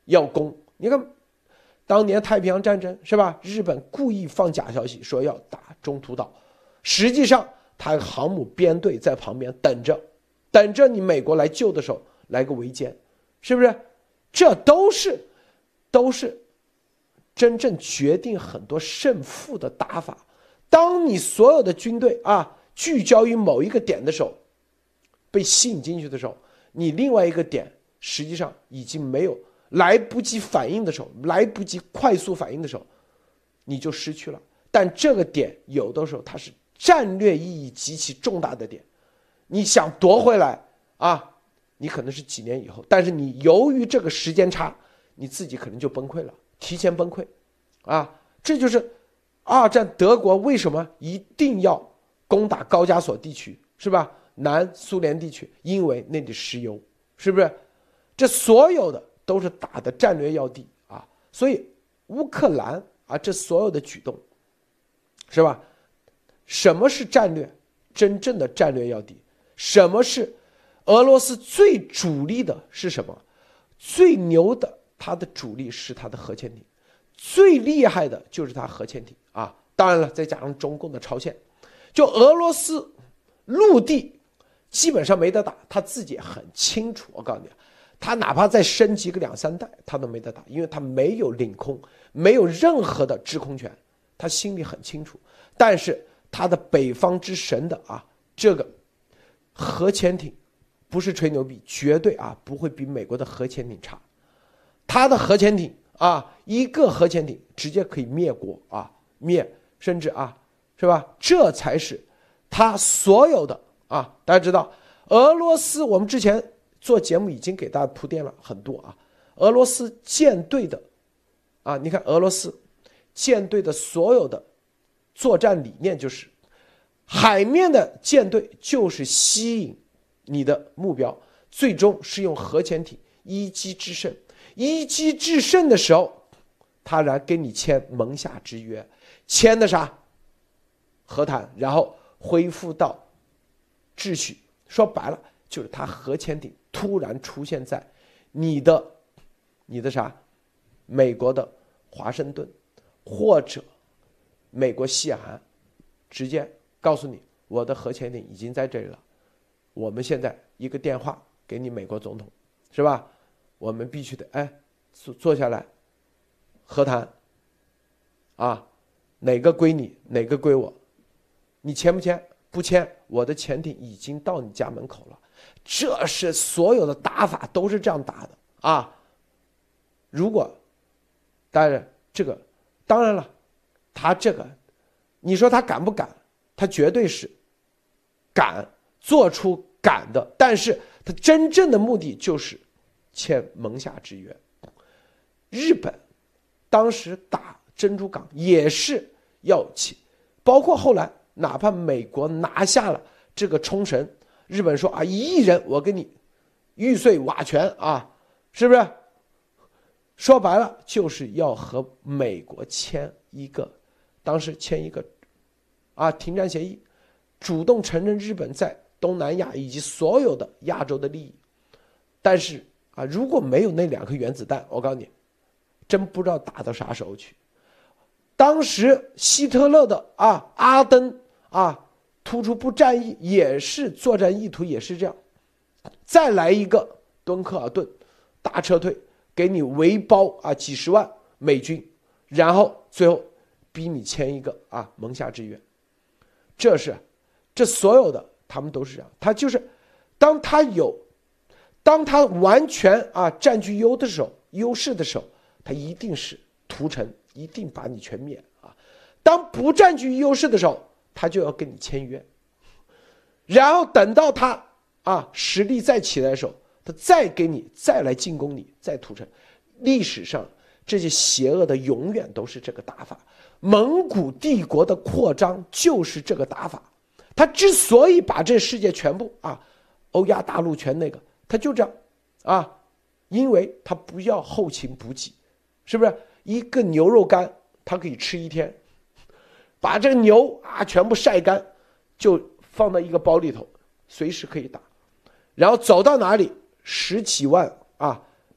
要攻。你看，当年太平洋战争是吧？日本故意放假消息说要打中途岛，实际上他航母编队在旁边等着，等着你美国来救的时候来个围歼，是不是？这都是都是真正决定很多胜负的打法。当你所有的军队啊聚焦于某一个点的时候，被吸引进去的时候，你另外一个点实际上已经没有来不及反应的时候，来不及快速反应的时候，你就失去了。但这个点有的时候它是战略意义极其重大的点，你想夺回来啊，你可能是几年以后，但是你由于这个时间差，你自己可能就崩溃了，提前崩溃啊。这就是二战德国为什么一定要攻打高加索地区，是吧？南苏联地区，因为那里石油，是不是？这所有的都是打的战略要地啊。所以乌克兰啊，这所有的举动，是吧？什么是战略？真正的战略要地。什么是俄罗斯最主力的是什么？最牛的，它的主力是它的核潜艇，最厉害的就是它核潜艇啊。当然了，再加上中共的超限，就俄罗斯陆地基本上没得打，他自己也很清楚。我告诉你，他哪怕再升级个两三代，他都没得打，因为他没有领空，没有任何的制空权，他心里很清楚。但是他的北方之神的啊，这个核潜艇不是吹牛逼，绝对啊不会比美国的核潜艇差。他的核潜艇啊，一个核潜艇直接可以灭国啊，灭甚至啊，是吧？这才是他所有的啊。大家知道，俄罗斯我们之前做节目已经给大家铺垫了很多啊。俄罗斯舰队的啊，你看俄罗斯舰队的所有的作战理念就是，海面的舰队就是吸引你的目标，最终是用核潜艇一击制胜。一击制胜的时候，他来跟你签盟夏之约，签的啥？和谈，然后恢复到秩序。说白了，就是他核潜艇突然出现在你的你的啥？美国的华盛顿或者美国西海岸，直接告诉你，我的核潜艇已经在这里了，我们现在一个电话给你美国总统，是吧？我们必须得哎坐坐下来和谈啊，哪个归你，哪个归我，你签不签？不签，我的潜艇已经到你家门口了。这是所有的打法都是这样打的啊。如果当然这个当然了，他这个你说他敢不敢？他绝对是敢做出敢的，但是他真正的目的就是签盟夏之约。日本当时打珍珠港也是要签，包括后来哪怕美国拿下了这个冲绳，日本说啊，一亿人我给你玉碎瓦全啊，是不是？说白了就是要和美国签一个，当时签一个啊停战协议，主动承认日本在东南亚以及所有的亚洲的利益。但是啊，如果没有那两颗原子弹，我告诉你，真不知道打到啥时候去。当时希特勒的啊阿登啊突出部战役也是作战意图也是这样，再来一个敦刻尔顿大撤退，给你围包啊几十万美军，然后最后逼你签一个啊盟夏之约。这是这所有的他们都是这样，他就是当他有当他完全啊占据优的时候优势的时候，他一定是屠城，一定把你全灭啊。当不占据优势的时候，他就要跟你签约，然后等到他啊实力再起来的时候，他再给你再来进攻你，再屠城。历史上这些邪恶的永远都是这个打法，蒙古帝国的扩张就是这个打法。他之所以把这世界全部啊欧亚大陆全那个，他就这样啊，因为他不要后勤补给，是不是？一个牛肉干他可以吃一天，把这个牛啊全部晒干，就放到一个包里头，随时可以打。然后走到哪里，十几万啊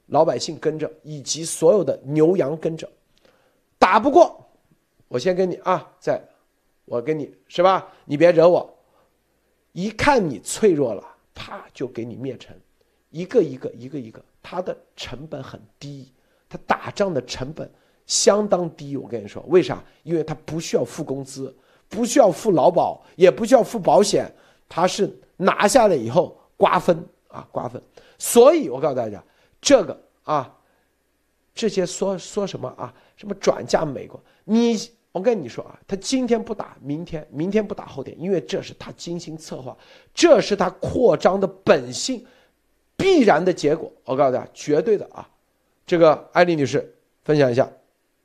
老百姓跟着，以及所有的牛羊跟着，打不过，我先跟你啊，在，我跟你是吧？你别惹我，一看你脆弱了，啪就给你灭城，一个一个一个一个，他的成本很低，他打仗的成本相当低。我跟你说，为啥？因为他不需要付工资，不需要付劳保，也不需要付保险，他是拿下来以后瓜分啊，瓜分。所以我告诉大家，这个啊，这些说说什么啊，什么转嫁美国，你我跟你说啊，他今天不打，明天明天不打后天，因为这是他精心策划，这是他扩张的本性必然的结果。我告诉大家，绝对的啊。这个艾丽女士分享一下。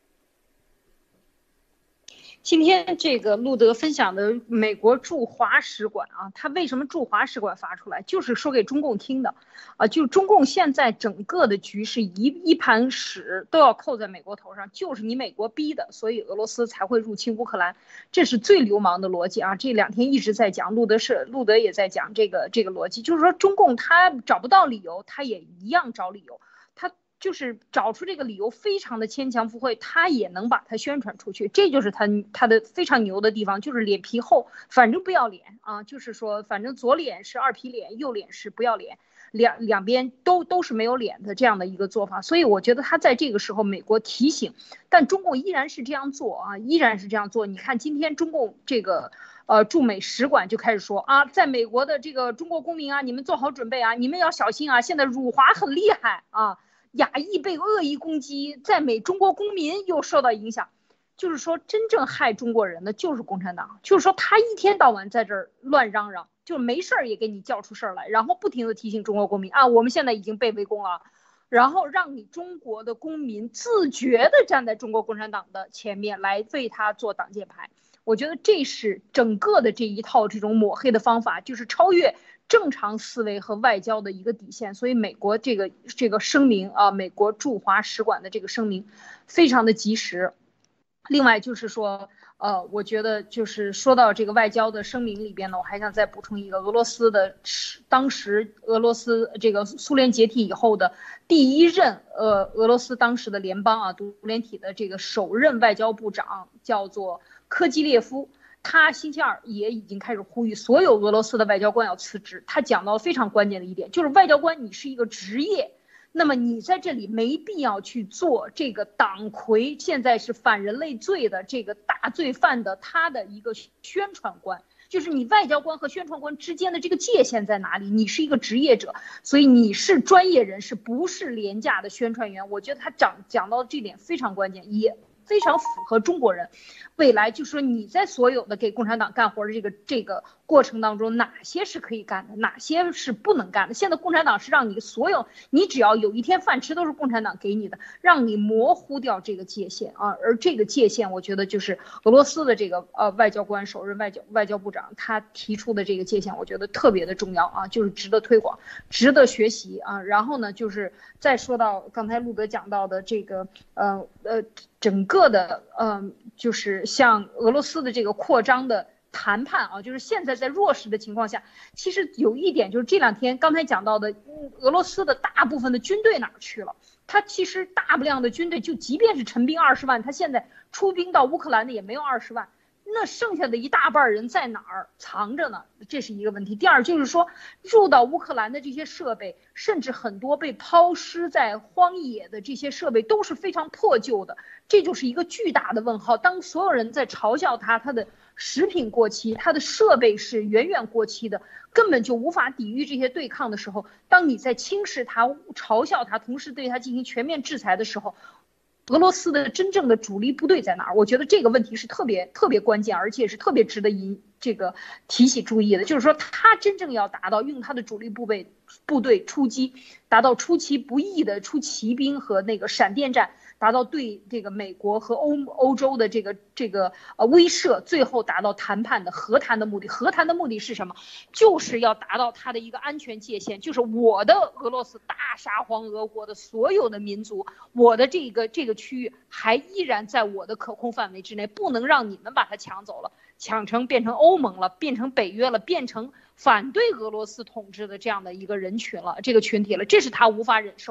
今天这个路德分享的美国驻华使馆啊，他为什么驻华使馆发出来，就是说给中共听的，啊，就中共现在整个的局势一一盘屎都要扣在美国头上，就是你美国逼的，所以俄罗斯才会入侵乌克兰，这是最流氓的逻辑啊！这两天一直在讲，路德是路德也在讲这个这个逻辑，就是说中共他找不到理由，他也一样找理由，他。就是找出这个理由非常的牵强附会，他也能把它宣传出去，这就是他他的非常牛的地方，就是脸皮厚，反正不要脸啊，就是说反正左脸是二皮脸，右脸是不要脸，两两边都都是没有脸的这样的一个做法。所以我觉得他在这个时候美国提醒，但中共依然是这样做啊，依然是这样做。你看今天中共这个呃驻美使馆就开始说啊，在美国的这个中国公民啊，你们做好准备啊，你们要小心啊，现在辱华很厉害啊。亚裔被恶意攻击，在美中国公民又受到影响，就是说真正害中国人的就是共产党，就是说他一天到晚在这儿乱嚷嚷，就没事儿也给你叫出事儿来，然后不停的提醒中国公民啊，我们现在已经被围攻了，然后让你中国的公民自觉的站在中国共产党的前面来为他做挡箭牌。我觉得这是整个的这一套这种抹黑的方法，就是超越正常思维和外交的一个底线。所以美国这个这个声明啊，美国驻华使馆的这个声明非常的及时。另外就是说呃，我觉得就是说到这个外交的声明里边呢，我还想再补充一个，俄罗斯的当时俄罗斯这个苏联解体以后的第一任呃俄罗斯当时的联邦啊独联体的这个首任外交部长叫做科基列夫，他星期二也已经开始呼吁所有俄罗斯的外交官要辞职。他讲到非常关键的一点，就是外交官你是一个职业，那么你在这里没必要去做这个党魁，现在是反人类罪的这个大罪犯的他的一个宣传官，就是你外交官和宣传官之间的这个界限在哪里？你是一个职业者，所以你是专业人士，不是廉价的宣传员。我觉得他讲讲到这点非常关键，也非常符合中国人未来，就是说你在所有的给共产党干活的这个这个过程当中，哪些是可以干的，哪些是不能干的。现在共产党是让你所有，你只要有一天饭吃都是共产党给你的，让你模糊掉这个界限啊。而这个界限，我觉得就是俄罗斯的这个呃外交官首任外交外交部长他提出的这个界限，我觉得特别的重要啊，就是值得推广，值得学习啊。然后呢，就是再说到刚才路德讲到的这个呃呃整个的呃就是像俄罗斯的这个扩张的谈判啊，就是现在在弱势的情况下，其实有一点就是这两天刚才讲到的，俄罗斯的大部分的军队哪儿去了？他其实大量的军队，就即便是陈兵二十万，他现在出兵到乌克兰的也没有二十万，那剩下的一大半人在哪儿藏着呢？这是一个问题。第二就是说，入到乌克兰的这些设备，甚至很多被抛尸在荒野的这些设备都是非常破旧的，这就是一个巨大的问号。当所有人在嘲笑他，他的食品过期，他的设备是远远过期的，根本就无法抵御这些对抗的时候，当你在轻视他、嘲笑他，同时对他进行全面制裁的时候，俄罗斯的真正的主力部队在哪儿？我觉得这个问题是特别特别关键，而且是特别值得引这个提起注意的。就是说，他真正要达到用他的主力部队部队出击，达到出其不意的出骑兵和那个闪电战，达到对这个美国和欧欧洲的这个这个呃威慑，最后达到谈判的和谈的目的。和谈的目的是什么？就是要达到他的一个安全界限，就是我的俄罗斯大沙皇俄国的所有的民族，我的这个这个区域还依然在我的可控范围之内，不能让你们把它抢走了，抢成变成欧盟了，变成北约了，变成反对俄罗斯统治的这样的一个人群了，这个群体了，这是他无法忍受的。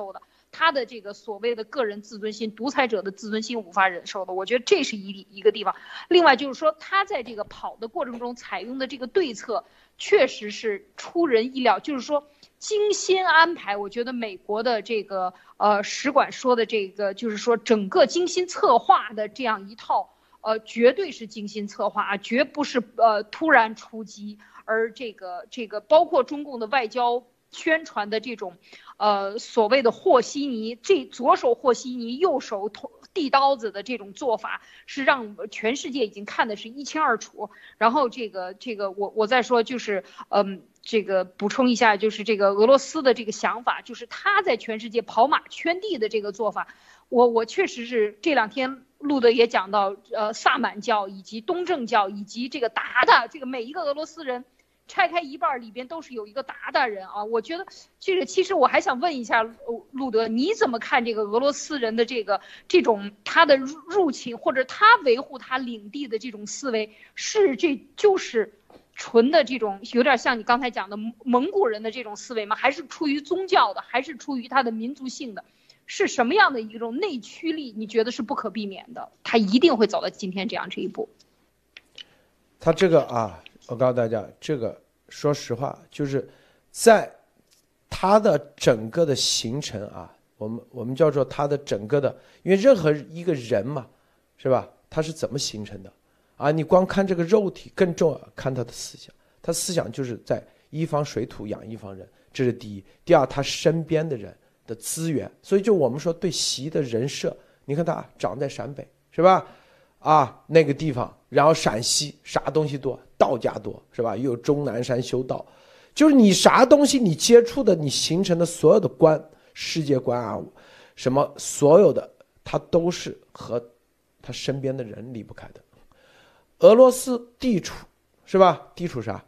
他的这个所谓的个人自尊心、独裁者的自尊心无法忍受的。我觉得这是一一个地方。另外就是说，他在这个跑的过程中采用的这个对策，确实是出人意料，就是说精心安排。我觉得美国的这个呃使馆说的这个，就是说整个精心策划的这样一套，呃，绝对是精心策划啊，绝不是呃突然出击。而这个这个包括中共的外交宣传的这种，呃，所谓的和稀泥，这左手和稀泥，右手递刀子的这种做法，是让全世界已经看的是一清二楚。然后这个这个我我再说就是，嗯，这个补充一下，就是这个俄罗斯的这个想法，就是他在全世界跑马圈地的这个做法，我我确实是这两天录的也讲到，呃，萨满教以及东正教以及这个鞑靼，这个每一个俄罗斯人。拆开一半里边都是有一个鞑靼人啊，我觉得这个其实我还想问一下路德，你怎么看这个俄罗斯人的这个这种他的入侵或者他维护他领地的这种思维，是这就是纯的这种有点像你刚才讲的蒙古人的这种思维吗？还是出于宗教的，还是出于他的民族性的？是什么样的一种内驱力？你觉得是不可避免的？他一定会走到今天这样这一步。 他这个啊。我告诉大家，这个说实话，就是在它的整个的形成啊，我们我们叫做它的整个的，因为任何一个人嘛，是吧？他是怎么形成的啊？你光看这个肉体，更重要看他的思想。他思想就是在一方水土养一方人，这是第一。第二，他身边的人的资源。所以就我们说对习的人设，你看他长在陕北，是吧？啊，那个地方，然后陕西啥东西多，道家多，是吧？又有终南山修道，就是你啥东西你接触的，你形成的所有的观，世界观啊，什么所有的，它都是和他身边的人离不开的。俄罗斯地处是吧？地处啥？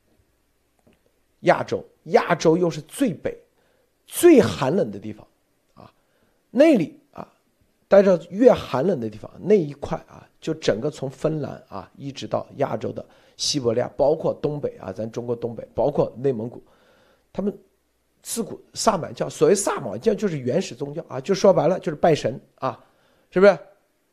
亚洲，亚洲又是最北、最寒冷的地方啊，那里。待着越寒冷的地方，那一块啊，就整个从芬兰啊，一直到亚洲的西伯利亚，包括东北啊，咱中国东北，包括内蒙古，他们自古萨满教，所谓萨满教就是原始宗教啊，就说白了就是拜神啊，是不是？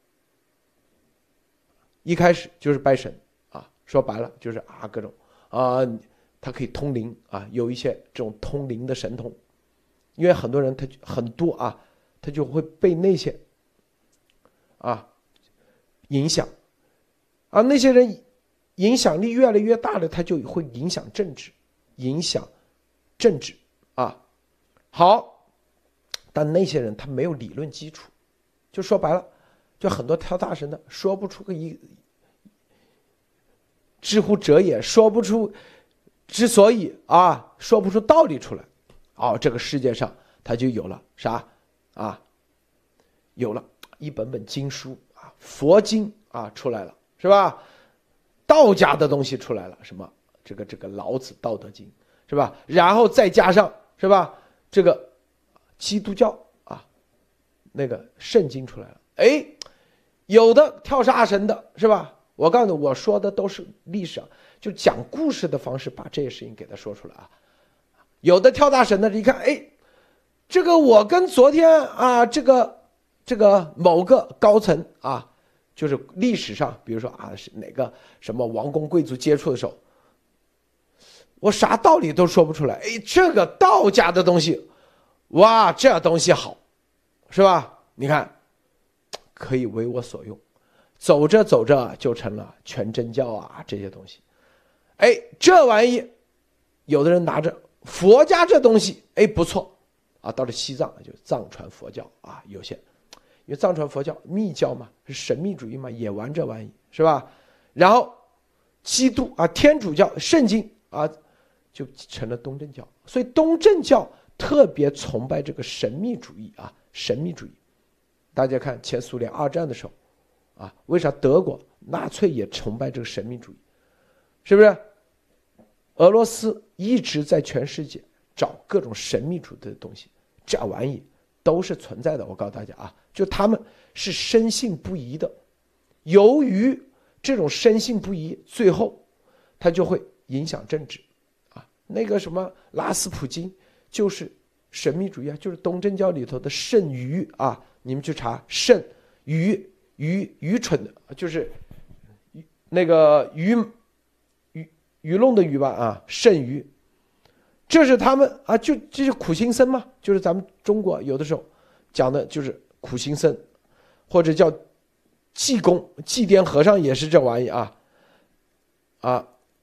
一开始就是拜神啊，说白了就是啊各种啊，他可以通灵啊，有一些这种通灵的神通，因为很多人他很多啊，他就会被那些。啊，影响啊，那些人影响力越来越大了，他就会影响政治，影响政治啊。好，但那些人他没有理论基础，就说白了，就很多跳大神的说不出个一，知乎者也说不出，之所以啊说不出道理出来，哦，这个世界上他就有了啥啊，有了。一本本经书啊，佛经啊出来了，是吧？道家的东西出来了，什么这个这个老子《道德经》，是吧？然后再加上是吧？这个基督教啊，那个圣经出来了，哎，有的跳杀神的是吧？我告诉你，我说的都是历史，就讲故事的方式把这些事情给他说出来啊。有的跳大神的，一看，哎，这个我跟昨天啊这个。这个某个高层啊，就是历史上，比如说啊，是哪个什么王公贵族接触的时候，我啥道理都说不出来。哎，这个道家的东西，哇，这东西好，是吧？你看，可以为我所用，走着走着就成了全真教啊这些东西。哎，这玩意，有的人拿着佛家这东西，哎，不错啊，到了西藏就藏传佛教啊，有些。因为藏传佛教密教嘛，是神秘主义嘛，也玩这玩意是吧？然后基督啊，天主教圣经啊，就成了东正教。所以东正教特别崇拜这个神秘主义啊，神秘主义。大家看前苏联二战的时候啊，为啥德国纳粹也崇拜这个神秘主义？是不是？俄罗斯一直在全世界找各种神秘主义的东西，这玩意都是存在的。我告诉大家啊。就他们是深信不疑的，由于这种深信不疑，最后他就会影响政治啊。那个什么拉斯普京就是神秘主义啊，就是东正教里头的圣愚啊，你们去查圣愚愚愚蠢的，就是那个愚愚愚弄的愚吧啊，圣愚，这是他们啊，就这是苦行僧嘛，就是咱们中国有的时候讲的就是苦行僧，或者叫济公、祭奠和尚也是这玩意啊啊，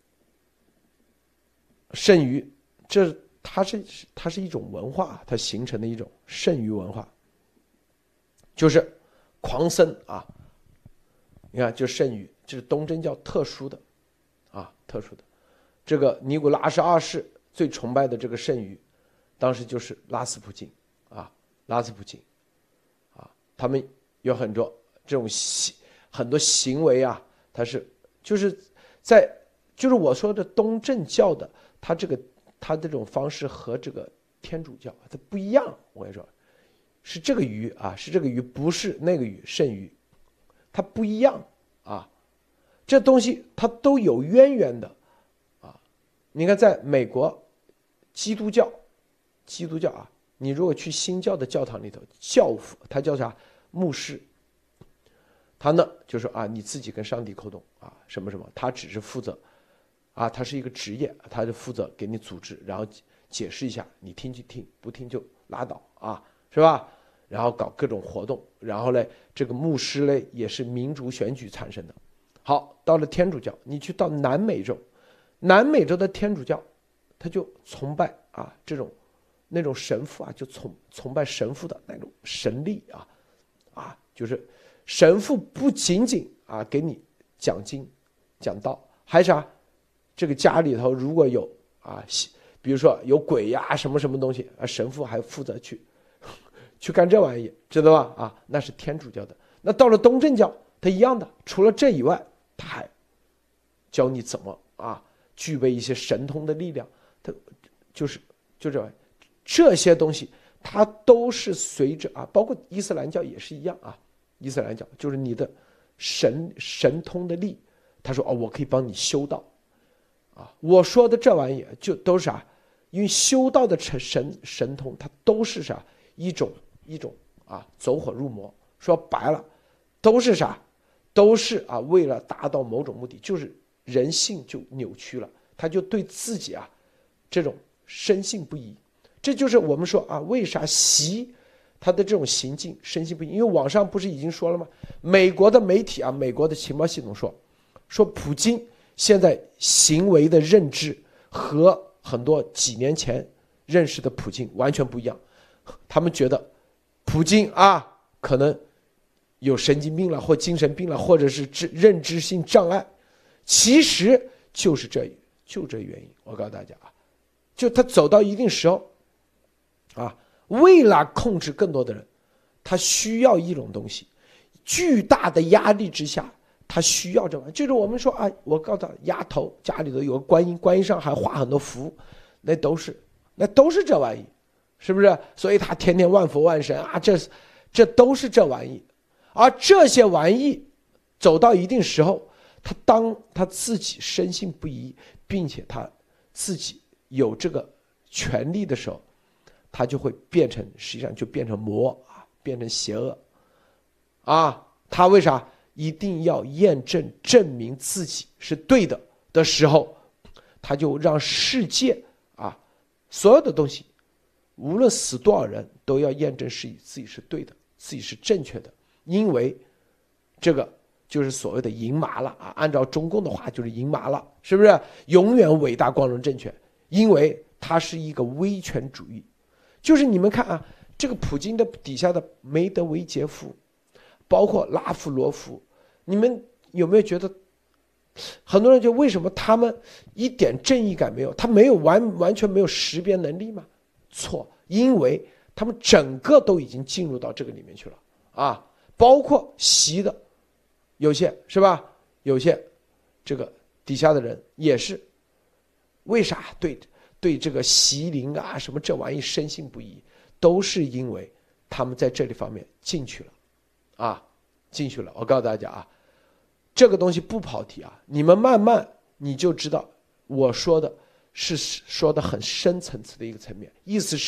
圣愚，这它是它是一种文化，它形成的一种圣愚文化，就是狂僧啊，你看就圣愚，这是东正教特殊的啊，特殊的。这个尼古拉斯二世最崇拜的这个圣愚，当时就是拉斯普京啊，拉斯普京啊，他们有很多这种行很多行为啊，他是就是在就是我说的东正教的，他这个他这种方式和这个天主教它不一样。我跟你说，是这个鱼啊，是这个鱼，不是那个鱼圣鱼，它不一样啊。这东西它都有渊源的啊。你看，在美国，基督教，基督教啊，你如果去新教的教堂里头，教父他叫啥？牧师。他呢就说啊，你自己跟上帝沟通啊，什么什么，他只是负责啊，他是一个职业，他就负责给你组织，然后解释一下，你听就听，不听就拉倒啊，是吧？然后搞各种活动，然后呢，这个牧师呢也是民主选举产生的。好，到了天主教，你去到南美洲，南美洲的天主教，他就崇拜啊这种那种神父啊，就崇崇拜神父的那种神力啊啊，就是神父不仅仅啊给你讲经讲道，还啥？这个家里头如果有啊，比如说有鬼呀什么什么东西啊，神父还负责去去干这玩意，知道吧？啊，那是天主教的。那到了东正教，它一样的，除了这以外，他还教你怎么啊具备一些神通的力量。它就是就这玩意，这些东西它都是随着啊，包括伊斯兰教也是一样啊。伊斯兰教就是你的神神通的力，他说哦，我可以帮你修道啊。我说的这玩意就都是啥？因为修道的神神通，它都是啥？一种一种啊，走火入魔。说白了，都是啥？都是啊，为了达到某种目的，就是人性就扭曲了，他就对自己啊这种深信不疑。这就是我们说啊，为啥习他的这种行径深信不疑？因为网上不是已经说了吗？美国的媒体啊，美国的情报系统说，说普京现在行为的认知和很多几年前认识的普京完全不一样。他们觉得普京啊可能有神经病了，或精神病了，或者是认知性障碍，其实就是这就这原因。我告诉大家啊，就他走到一定时候啊，为了控制更多的人，他需要一种东西，巨大的压力之下，他需要这玩意。就是我们说啊，我告诉他丫头家里头有个观音，观音上还画很多符，那都是那都是这玩意，是不是？所以他天天万佛万神啊，这这都是这玩意。而这些玩意走到一定时候，他当他自己深信不疑，并且他自己有这个权利的时候，他就会变成，实际上就变成魔啊，变成邪恶啊。他为啥一定要验证证明自己是对的的时候，他就让世界啊所有的东西，无论死多少人，都要验证是自己是对的，自己是正确的。因为这个就是所谓的赢麻了啊，按照中共的话就是赢麻了，是不是？永远伟大光荣正确，因为它是一个威权主义。就是你们看啊，这个普京的底下的梅德韦杰夫，包括拉夫罗夫，你们有没有觉得，很多人就为什么他们一点正义感没有？他没有完完全没有识别能力吗？错，因为他们整个都已经进入到这个里面去了啊。包括习的有些是吧？有些这个底下的人也是，为啥对对这个习林啊什么这玩意深信不疑？都是因为他们在这里方面进去了啊，进去了。我告诉大家啊，这个东西不跑题啊，你们慢慢你就知道我说的是说的很深层次的一个层面，意思是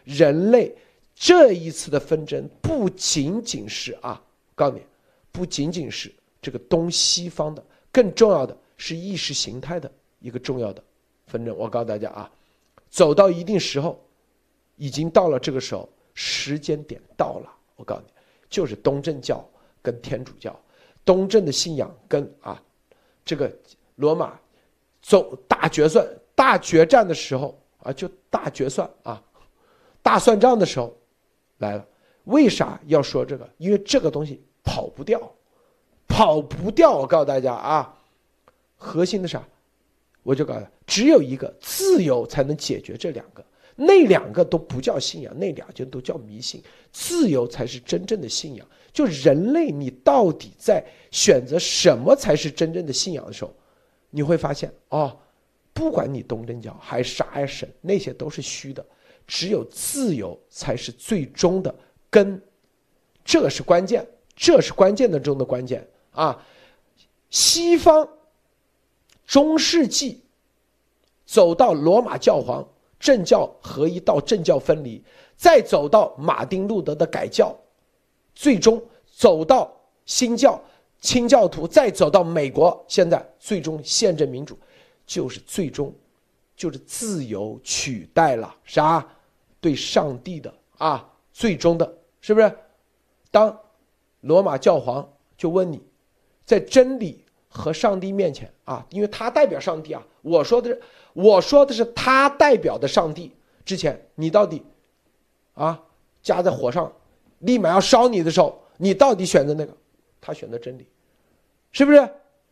人类这一次的纷争不仅仅是啊，告诉你，不仅仅是这个东西方的，更重要的是意识形态的一个重要的纷争。我告诉大家啊，走到一定时候，已经到了这个时候，时间点到了。我告诉你，就是东正教跟天主教，东正的信仰跟啊这个罗马走大决算、大决战的时候啊，就大决算啊，大算账的时候来了。为啥要说这个？因为这个东西跑不掉，跑不掉。我告诉大家啊，核心的啥？我就告诉他，只有一个自由才能解决这两个，那两个都不叫信仰，那两就都叫迷信，自由才是真正的信仰。就人类，你到底在选择什么才是真正的信仰的时候，你会发现哦，不管你东正教还是啥呀神，那些都是虚的，只有自由才是最终的根，这是关键，这是关键的中的关键啊！西方中世纪走到罗马教皇政教合一到政教分离，再走到马丁路德的改教，最终走到新教清教徒，再走到美国现在最终宪政民主，就是最终就是自由取代了啥？对上帝的啊，最终的，是不是？当罗马教皇就问你，在真理和上帝面前啊，因为他代表上帝啊，我说的是我说的是他代表的上帝之前，你到底啊夹在火上，立马要烧你的时候，你到底选择那个？他选择真理，是不是？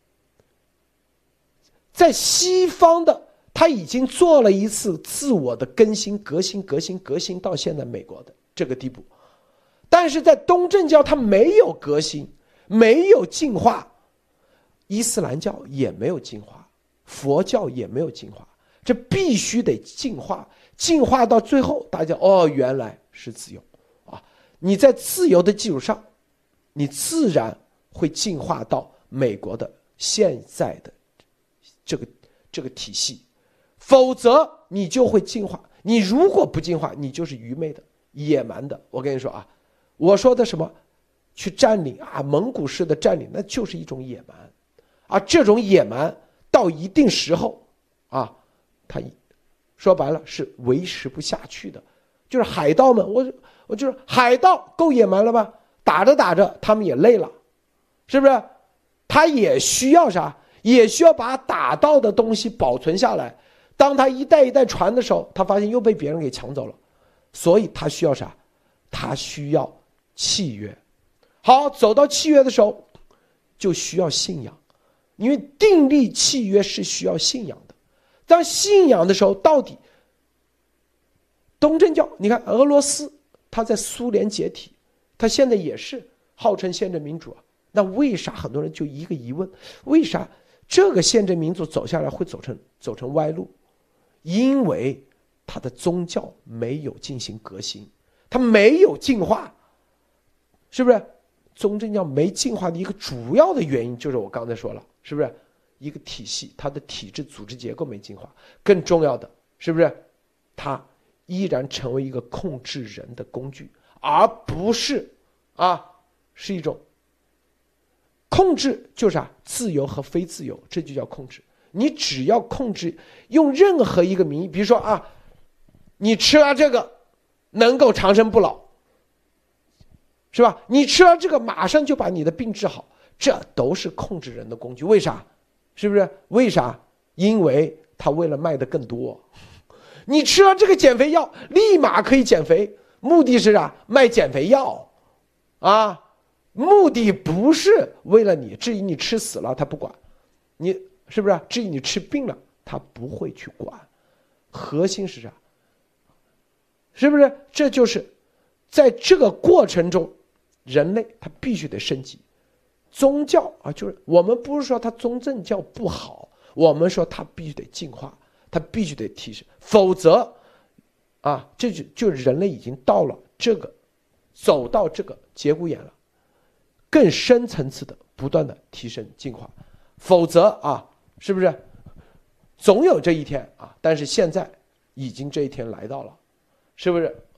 在西方的他已经做了一次自我的更新、革新、革新、革新，到现在美国的这个地步。但是在东正教他没有革新，没有进化，伊斯兰教也没有进化，佛教也没有进化，这必须得进化，进化到最后大家哦原来是自由啊！你在自由的基础上，你自然会进化到美国的现在的这个这个体系，否则你就会进化。你如果不进化，你就是愚昧的、野蛮的。我跟你说啊，我说的什么去占领啊，蒙古式的占领，那就是一种野蛮啊。这种野蛮到一定时候啊，它说白了是维持不下去的。就是海盗们，我我就是海盗够野蛮了吧？打着打着，他们也累了，是不是？他也需要啥？也需要把打到的东西保存下来。当他一代一代传的时候，他发现又被别人给抢走了，所以他需要啥？他需要契约。好，走到契约的时候，就需要信仰，因为订立契约是需要信仰的。当信仰的时候，到底东正教，你看俄罗斯，他在苏联解体，他现在也是号称宪政民主啊。那为啥很多人就一个疑问？为啥这个宪政民主走下来会走成走成歪路？因为他的宗教没有进行革新，他没有进化，是不是？宗正教没进化的一个主要的原因就是我刚才说了，是不是？一个体系，它的体制组织结构没进化，更重要的是不是？它依然成为一个控制人的工具，而不是啊，是一种控制，就是啥？自由和非自由，这就叫控制。你只要控制，用任何一个名义，比如说啊，你吃了这个能够长生不老，是吧？你吃了这个马上就把你的病治好，这都是控制人的工具。为啥？是不是？为啥？因为他为了卖的更多。你吃了这个减肥药，立马可以减肥，目的是啥？卖减肥药啊，目的不是为了你。至于你吃死了，他不管你，是不是？至于你吃病了，他不会去管。核心是啥？是不是？这就是在这个过程中，人类他必须得升级。宗教啊，就是我们不是说他宗正教不好，我们说他必须得进化，他必须得提升，否则啊，这就就人类已经到了这个走到这个节骨眼了，更深层次的不断的提升进化，否则啊，是不是总有这一天啊？但是现在已经这一天来到了，是不是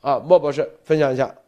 啊，莫博士分享一下。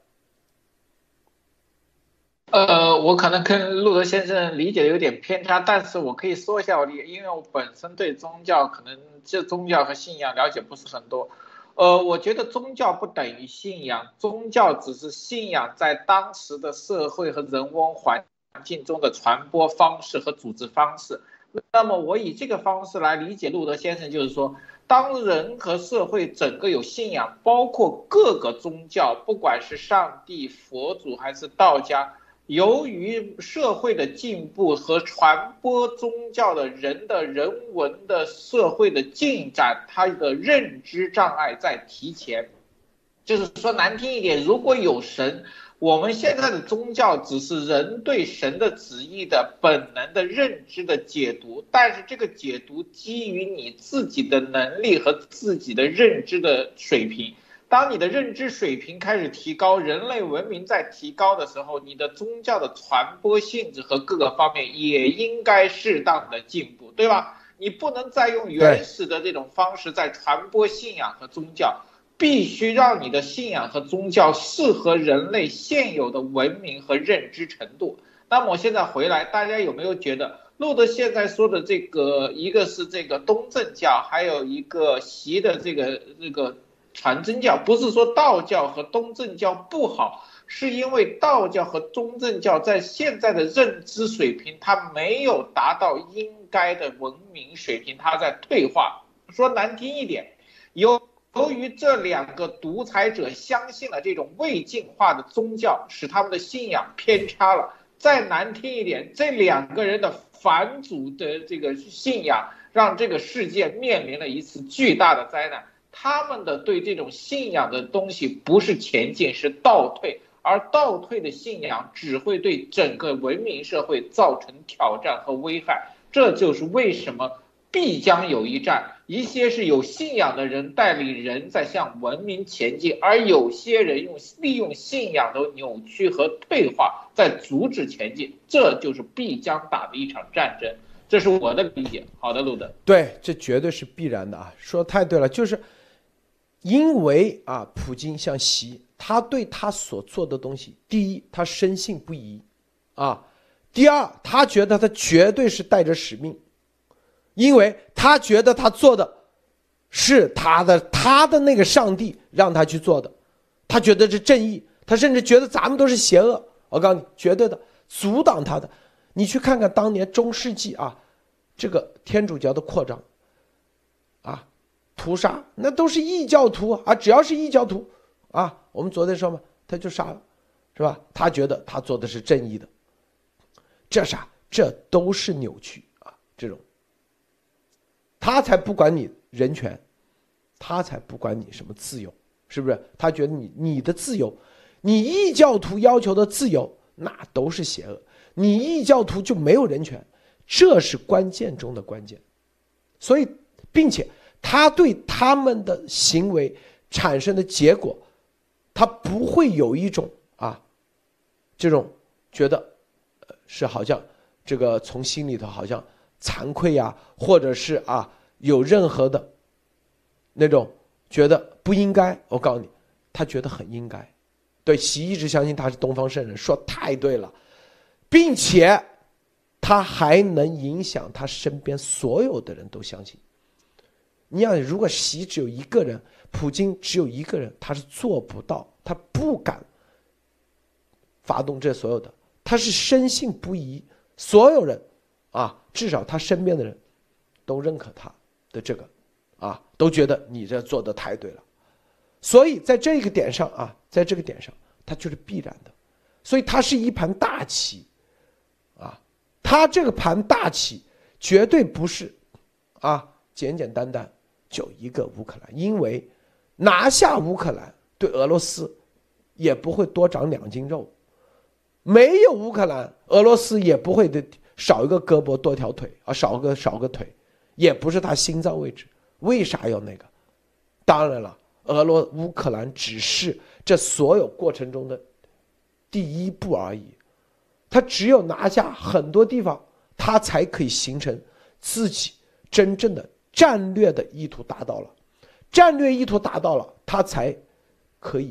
呃，我可能跟路德先生理解的有点偏差，但是我可以说一下我理解，因为我本身对宗教可能这宗教和信仰了解不是很多。呃，我觉得宗教不等于信仰，宗教只是信仰在当时的社会和人文环境中的传播方式和组织方式。那么我以这个方式来理解路德先生，就是说，当人和社会整个有信仰，包括各个宗教，不管是上帝、佛祖还是道家，由于社会的进步和传播宗教的人的人文的社会的进展，他的认知障碍在提前。就是说难听一点，如果有神，我们现在的宗教只是人对神的旨意的本能的认知的解读，但是这个解读基于你自己的能力和自己的认知的水平。当你的认知水平开始提高，人类文明在提高的时候，你的宗教的传播性质和各个方面也应该适当的进步，对吧？你不能再用原始的这种方式在传播信仰和宗教，必须让你的信仰和宗教适合人类现有的文明和认知程度。那么我现在回来，大家有没有觉得路德现在说的这个，一个是这个东正教，还有一个习的这个这个传真教，不是说道教和东正教不好，是因为道教和东正教在现在的认知水平，它没有达到应该的文明水平，它在退化。说难听一点，由由于这两个独裁者相信了这种未进化的宗教，使他们的信仰偏差了。再难听一点，这两个人的反祖的这个信仰，让这个世界面临了一次巨大的灾难。他们的对这种信仰的东西不是前进，是倒退，而倒退的信仰只会对整个文明社会造成挑战和危害。这就是为什么必将有一战，一些是有信仰的人带领人在向文明前进，而有些人用利用信仰的扭曲和退化在阻止前进，这就是必将打的一场战争。这是我的理解。好的，路德。 对，这绝对是必然的啊，说得太对了。就是因为啊，普京像习，他对他所做的东西，第一，他深信不疑啊；第二，他觉得他绝对是带着使命，因为他觉得他做的是他的他的那个上帝让他去做的，他觉得是正义，他甚至觉得咱们都是邪恶。我告诉你，绝对的阻挡他的。你去看看当年中世纪啊，这个天主教的扩张啊，屠杀，那都是异教徒啊，只要是异教徒啊，我们昨天说嘛，他就杀了，是吧？他觉得他做的是正义的，这啥？这都是扭曲啊，这种。他才不管你人权，他才不管你什么自由，是不是？他觉得你你的自由，你异教徒要求的自由，那都是邪恶。你异教徒就没有人权，这是关键中的关键。所以，并且他对他们的行为产生的结果，他不会有一种啊，这种觉得呃是好像这个从心里头好像惭愧呀、啊，或者是啊有任何的那种觉得不应该。我告诉你，他觉得很应该。对，习一直相信他是东方圣人，说太对了。并且他还能影响他身边所有的人都相信。你想，如果习只有一个人，普京只有一个人，他是做不到，他不敢发动这所有的，他是深信不疑，所有人啊，至少他身边的人都认可他的这个啊，都觉得你这做的太对了。所以在这个点上啊，在这个点上他就是必然的。所以它是一盘大棋啊，他这个盘大棋绝对不是啊简简单单就一个乌克兰，因为拿下乌克兰对俄罗斯也不会多长两斤肉，没有乌克兰，俄罗斯也不会少一个胳膊多条腿啊，少个少个腿，也不是他心脏位置，为啥要那个？当然了，俄罗乌克兰只是这所有过程中的第一步而已。他只有拿下很多地方，他才可以形成自己真正的战略的意图达到了，战略意图达到了，他才可以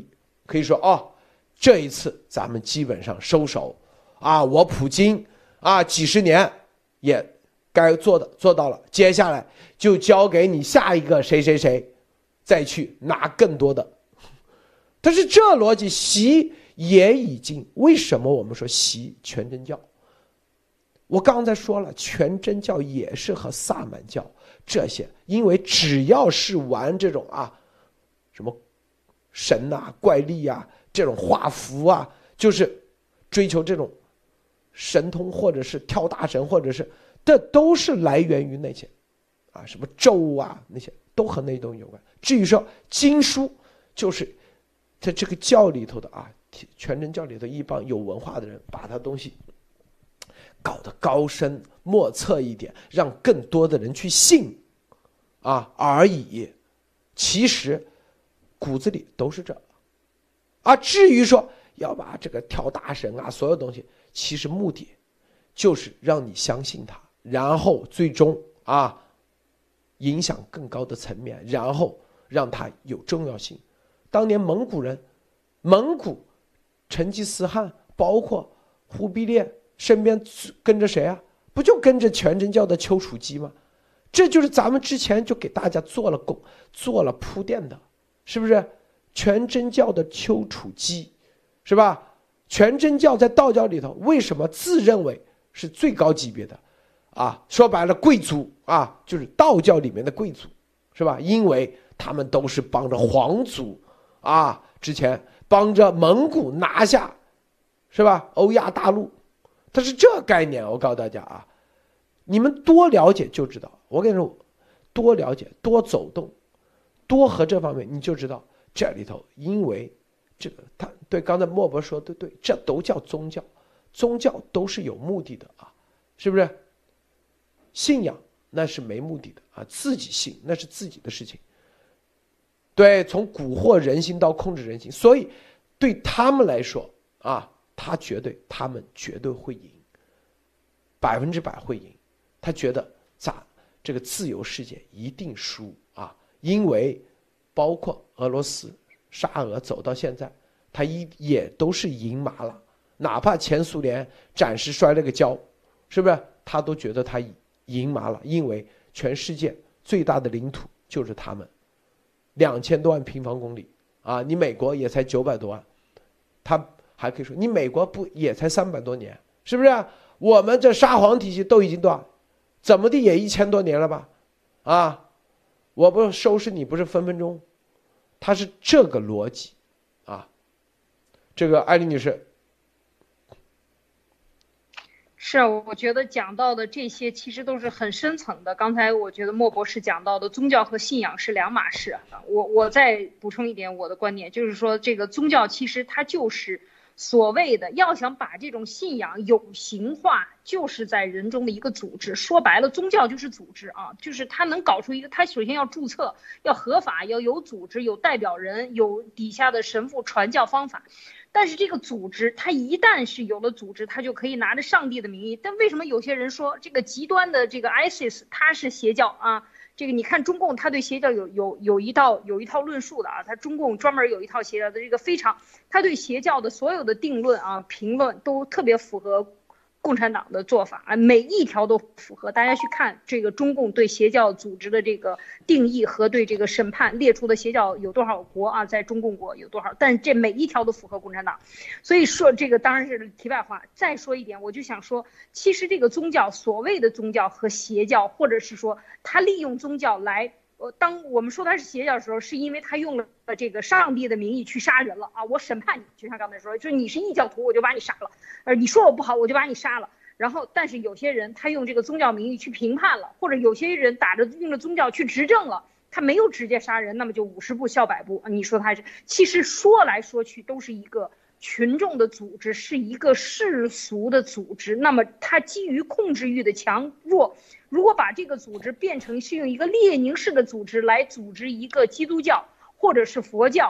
可以说哦，这一次咱们基本上收手啊，我普京啊几十年也该做的做到了，接下来就交给你下一个谁谁谁再去拿更多的。但是这逻辑习也已经，为什么我们说习全真教？我刚才说了，全真教也是和萨满教这些，因为只要是玩这种啊什么神啊怪力啊这种画符啊，就是追求这种神通，或者是跳大神，或者是这都是来源于那些啊什么咒啊，那些都和那些东西有关。至于说经书，就是在这个教里头的啊，全真教里头一帮有文化的人把他东西搞得高深莫测一点，让更多的人去信啊而已。其实骨子里都是这啊。至于说要把这个跳大神啊所有东西，其实目的就是让你相信他，然后最终啊影响更高的层面，然后让他有重要性。当年蒙古人，蒙古成吉思汗包括忽必烈身边跟着谁啊？不就跟着全真教的丘处机吗？这就是咱们之前就给大家做了功做了铺垫的，是不是？全真教的丘处机，是吧？全真教在道教里头为什么自认为是最高级别的啊？说白了，贵族啊，就是道教里面的贵族，是吧？因为他们都是帮着皇族啊，之前帮着蒙古拿下，是吧？欧亚大陆，它是这概念。我告诉大家啊，你们多了解就知道。我跟你说，多了解，多走动，多和这方面，你就知道这里头，因为这个他对刚才莫博说的对，这都叫宗教，宗教都是有目的的啊，是不是？信仰那是没目的的啊，自己信那是自己的事情。对，从蛊惑人心到控制人心，所以对他们来说啊，他绝对，他们绝对会赢，百分之百会赢。他觉得咋这个自由世界一定输啊，因为包括俄罗斯沙俄走到现在，他一也都是赢麻了，哪怕前苏联暂时摔了个跤，是不是？他都觉得他赢麻了，因为全世界最大的领土就是他们，两千多万平方公里啊，你美国也才九百多万，他还可以说你美国不也才三百多年，是不是？我们这沙皇体系都已经多少，怎么地也一千多年了吧？啊，我不收拾你不是分分钟，他是这个逻辑啊。这个艾丽女士。 是啊，我觉得讲到的这些其实都是很深层的。刚才我觉得莫博士讲到的宗教和信仰是两码事啊。我我再补充一点我的观点，就是说这个宗教其实它就是所谓的要想把这种信仰有形化，就是在人中的一个组织。说白了，宗教就是组织啊，就是它能搞出一个，它首先要注册，要合法，要有组织，有代表人，有底下的神父传教方法。但是这个组织，它一旦是有了组织，它就可以拿着上帝的名义。但为什么有些人说这个极端的这个 I S I S 它是邪教啊？这个你看中共，他对邪教有有有一套有一套论述的啊，他中共专门有一套邪教的这个非常，他对邪教的所有的定论啊评论都特别符合共产党的做法啊，每一条都符合。大家去看这个中共对邪教组织的这个定义和对这个审判列出的邪教有多少国啊，在中共国有多少，但这每一条都符合共产党。所以说这个当然是题外话。再说一点，我就想说，其实这个宗教，所谓的宗教和邪教，或者是说他利用宗教来呃，当我们说他是邪教的时候，是因为他用了这个上帝的名义去杀人了啊！我审判你，就像刚才说，就是你是异教徒，我就把你杀了；呃，你说我不好，我就把你杀了。然后，但是有些人他用这个宗教名义去评判了，或者有些人打着用着宗教去执政了，他没有直接杀人，那么就五十步笑百步。你说他是，其实说来说去都是一个群众的组织，是一个世俗的组织。那么它基于控制欲的强弱，如果把这个组织变成是用一个列宁式的组织来组织一个基督教或者是佛教，或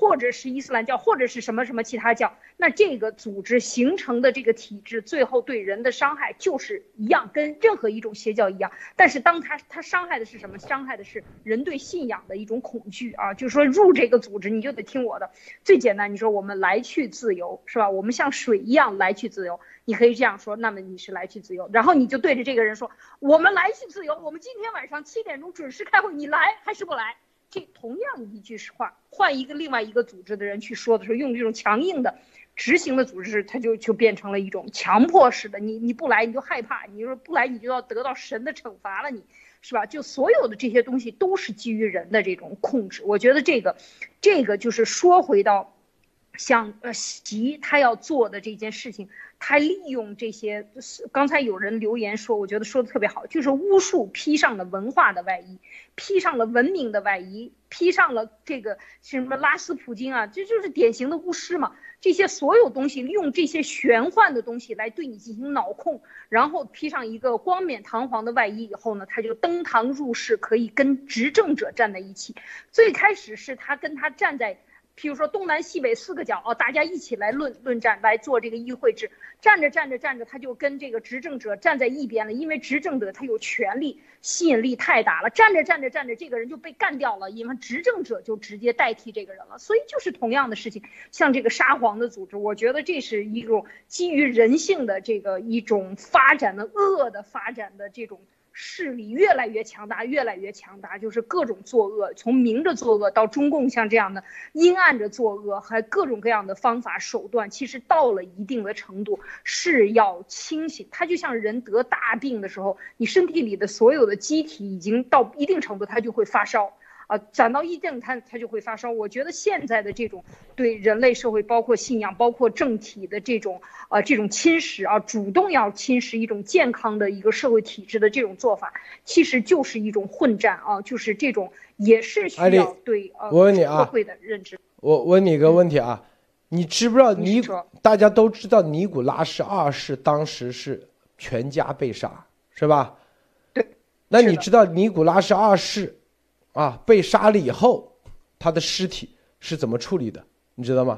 或者是伊斯兰教，或者是什么什么其他教，那这个组织形成的这个体制，最后对人的伤害就是一样，跟任何一种邪教一样。但是当他他伤害的是什么？伤害的是人对信仰的一种恐惧啊，就是说入这个组织你就得听我的。最简单，你说我们来去自由是吧？我们像水一样来去自由，你可以这样说，那么你是来去自由。然后你就对着这个人说，我们来去自由，我们今天晚上七点钟准时开会，你来还是不来？这同样一句话，换一个另外一个组织的人去说的时候，用这种强硬的执行的组织，它就就变成了一种强迫式的，你你不来你就害怕，你说不来你就要得到神的惩罚了，你是吧？就所有的这些东西都是基于人的这种控制。我觉得这个这个就是说回到像呃习他要做的这件事情，他利用这些，刚才有人留言说，我觉得说的特别好，就是巫术披上了文化的外衣，披上了文明的外衣，披上了这个什么拉斯普京啊，这就是典型的巫师嘛。这些所有东西利用这些玄幻的东西来对你进行脑控，然后披上一个光冕堂皇的外衣以后呢，他就登堂入室，可以跟执政者站在一起。最开始是他跟他站在譬如说东南西北四个角哦，大家一起来论论战，来做这个议会制。站着站着站着，他就跟这个执政者站在一边了，因为执政者他有权力，吸引力太大了。站着站着站着，这个人就被干掉了，因为执政者就直接代替这个人了。所以就是同样的事情，像这个沙皇的组织，我觉得这是一种基于人性的这个一种发展的恶的发展的这种。势力越来越强大，越来越强大，就是各种作恶，从明着作恶到中共像这样的阴暗着作恶，还各种各样的方法手段，其实到了一定的程度是要清醒。它就像人得大病的时候，你身体里的所有的机体已经到一定程度，它就会发烧。啊，长到一定它它就会发烧。我觉得现在的这种对人类社会，包括信仰，包括政体的这种呃这种侵蚀啊，主动要侵蚀一种健康的一个社会体制的这种做法，其实就是一种混战啊，就是这种也是需要对呃我问你啊， 社会的认知。 我问你一个问题啊，嗯、你知不知道尼？大家都知道尼古拉斯二世当时是全家被杀，是吧？ 对。 那你知道尼古拉斯二世？啊，被杀了以后，他的尸体是怎么处理的？你知道吗？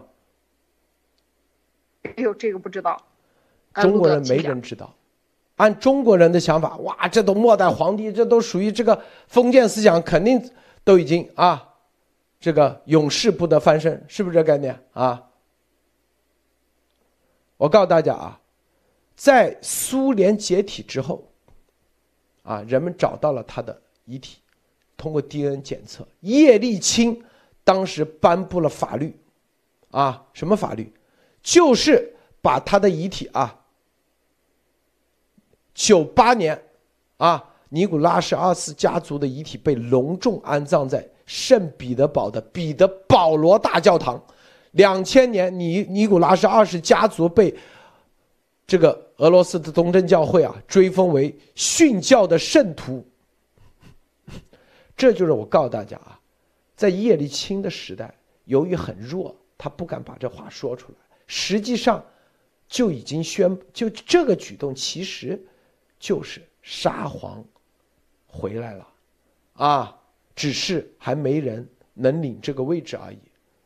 哎呦，这个不知道。 中国人没人知道。按中国人的想法，哇，这都末代皇帝，这都属于这个封建思想，肯定都已经啊，这个永世不得翻身，是不是这概念啊？我告诉大家啊，在苏联解体之后，啊，人们找到了他的遗体。通过 D N A 检测，叶利钦当时颁布了法律，啊，什么法律？就是把他的遗体啊，九八年，啊，尼古拉斯二世家族的遗体被隆重安葬在圣彼得堡的彼得保罗大教堂。两千年，尼尼古拉斯二世家族被这个俄罗斯的东正教会啊追封为殉教的圣徒。这就是我告诉大家啊，在叶利钦的时代，由于很弱，他不敢把这话说出来。实际上，就已经宣，就这个举动其实就是沙皇回来了，啊，只是还没人能领这个位置而已，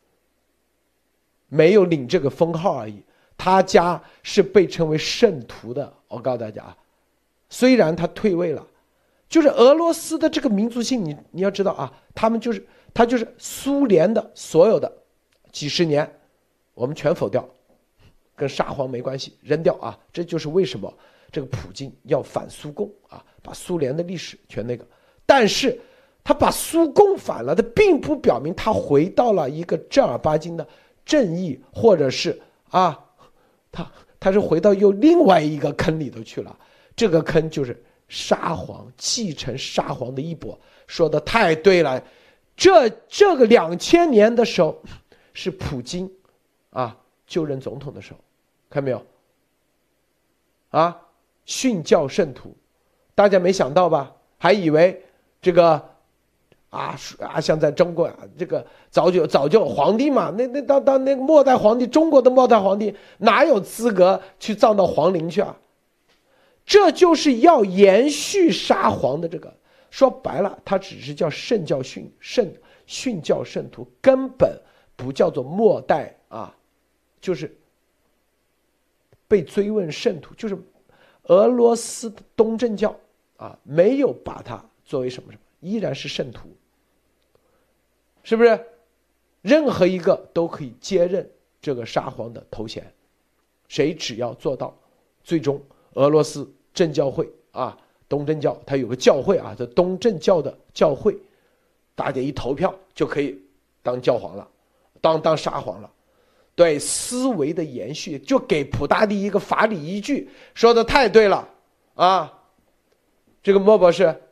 没有领这个封号而已。他家是被称为圣徒的，我告诉大家啊，虽然他退位了。就是俄罗斯的这个民族性，你你要知道啊，他们就是他就是苏联的所有的几十年，我们全否掉，跟沙皇没关系，扔掉啊！这就是为什么这个普京要反苏共啊，把苏联的历史全那个。但是他把苏共反了，他并不表明他回到了一个正儿八经的正义，或者是啊，他他是回到又另外一个坑里头去了。这个坑就是。沙皇继承沙皇的衣钵，说的太对了。这这个两千年的时候，是普京啊就任总统的时候，看没有？啊，殉教圣徒，大家没想到吧？还以为这个啊啊，像在中国啊，这个早就早就皇帝嘛，那那当当那个末代皇帝，中国的末代皇帝哪有资格去葬到皇陵去啊？这就是要延续沙皇的这个，说白了，他只是叫圣教训圣殉教圣徒，根本不叫做末代啊，就是被追问圣徒，就是俄罗斯的东正教啊，没有把它作为什么什么，依然是圣徒，是不是？任何一个都可以接任这个沙皇的头衔，谁只要做到，最终俄罗斯正教会啊，东正教它有个教会啊，这东正教的教会，大家一投票就可以当教皇了，当当沙皇了。对思维的延续，就给普大帝一个法理依据，说的太对了啊！这个莫博士，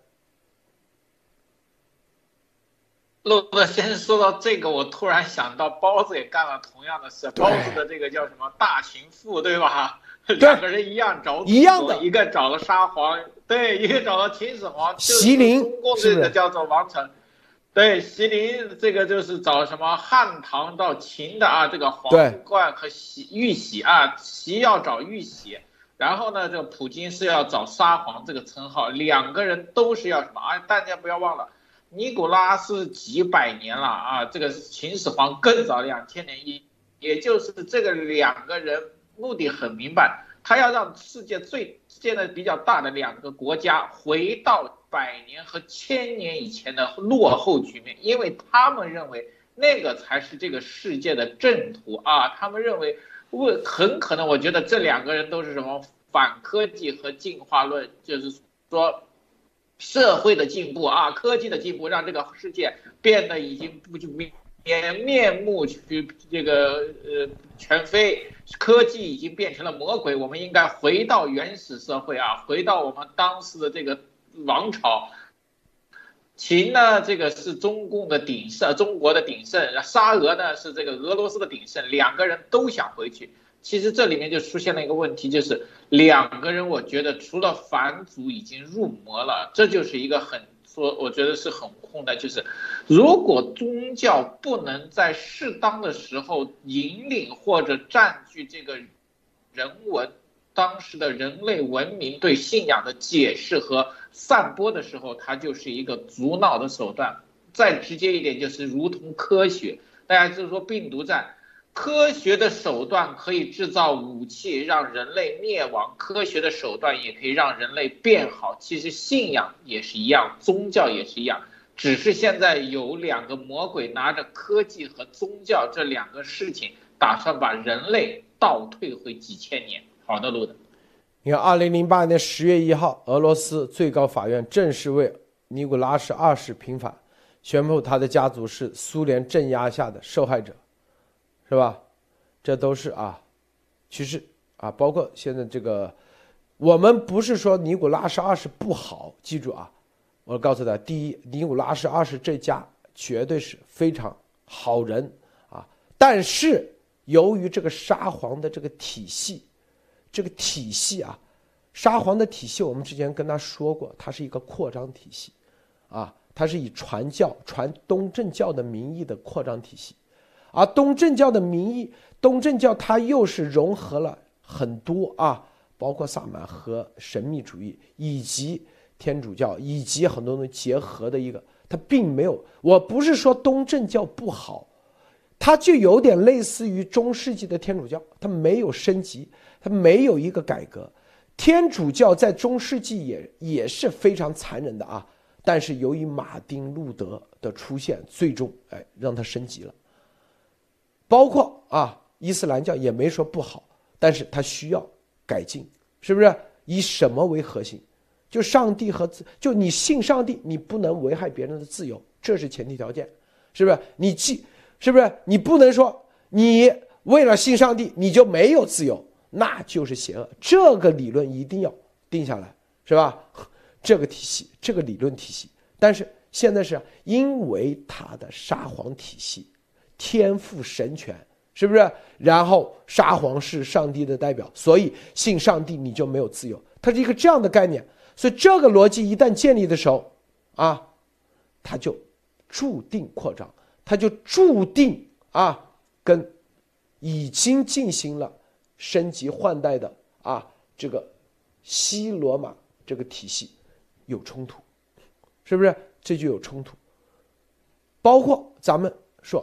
陆德先说到这个，我突然想到包子也干了同样的事。包子的这个叫什么大情妇，对吧？两个人一样找一样的， 一个找了沙皇，对，一个找了秦始皇， 麒麟， 中共这个叫做王朝。对，麒麟这个就是找什么汉唐到秦的啊，这个皇冠和玺玉玺啊，玺要找玉玺，然后呢，这个普京是要找沙皇这个称号，两个人都是要什么啊？大家不要忘了，尼古拉斯几百年了啊，这个秦始皇更早两千年，也也就是这个两个人目的很明白，他要让世界最现在比较大的两个国家回到百年和千年以前的落后局面，因为他们认为那个才是这个世界的正途啊！他们认为，为很可能，我觉得这两个人都是什么反科技和进化论，就是说社会的进步啊，科技的进步让这个世界变得已经不就面面目去这个呃全非，科技已经变成了魔鬼，我们应该回到原始社会啊，回到我们当时的这个王朝。秦呢，这个是中共的鼎盛，中国的鼎盛；沙俄呢是这个俄罗斯的鼎盛，两个人都想回去。其实这里面就出现了一个问题，就是两个人，我觉得除了反祖已经入魔了，这就是一个很说，我觉得是很空的，就是如果宗教不能在适当的时候引领或者占据这个人文。当时的人类文明对信仰的解释和散播的时候，它就是一个阻挠的手段。再直接一点，就是如同科学，大家就是说病毒战，科学的手段可以制造武器让人类灭亡，科学的手段也可以让人类变好。其实信仰也是一样，宗教也是一样，只是现在有两个魔鬼拿着科技和宗教这两个事情，打算把人类倒退回几千年。好的，路的。 你看，二零零八年十月一号，俄罗斯最高法院正式为尼古拉什二世平反，宣布他的家族是苏联镇压下的受害者，是吧？这都是啊，其实啊，包括现在这个，我们不是说尼古拉什二世不好，记住啊，我告诉大家，第一，尼古拉什二世这家绝对是非常好人啊，但是由于这个沙皇的这个体系。这个体系啊，沙皇的体系，我们之前跟他说过，它是一个扩张体系，啊，它是以传教、传东正教的名义的扩张体系，而东正教的名义，东正教它又是融合了很多啊，包括萨满和神秘主义，以及天主教，以及很多东西结合的一个，它并没有，我不是说东正教不好，它就有点类似于中世纪的天主教，它没有升级。它没有一个改革，天主教在中世纪也也是非常残忍的啊，但是由于马丁路德的出现，最终哎让它升级了。包括啊伊斯兰教也没说不好，但是它需要改进，是不是？以什么为核心？就上帝和自，就你信上帝，你不能危害别人的自由，这是前提条件，是不是？你既是不是？你不能说你为了信上帝你就没有自由。那就是邪恶，这个理论一定要定下来，是吧？这个体系，这个理论体系，但是现在是因为他的沙皇体系，天赋神权，是不是？然后沙皇是上帝的代表，所以信上帝你就没有自由，它是一个这样的概念。所以这个逻辑一旦建立的时候，啊，它就注定扩张，它就注定啊，跟已经进行了。升级换代的啊，这个西罗马这个体系有冲突，是不是？这就有冲突。包括咱们说啊，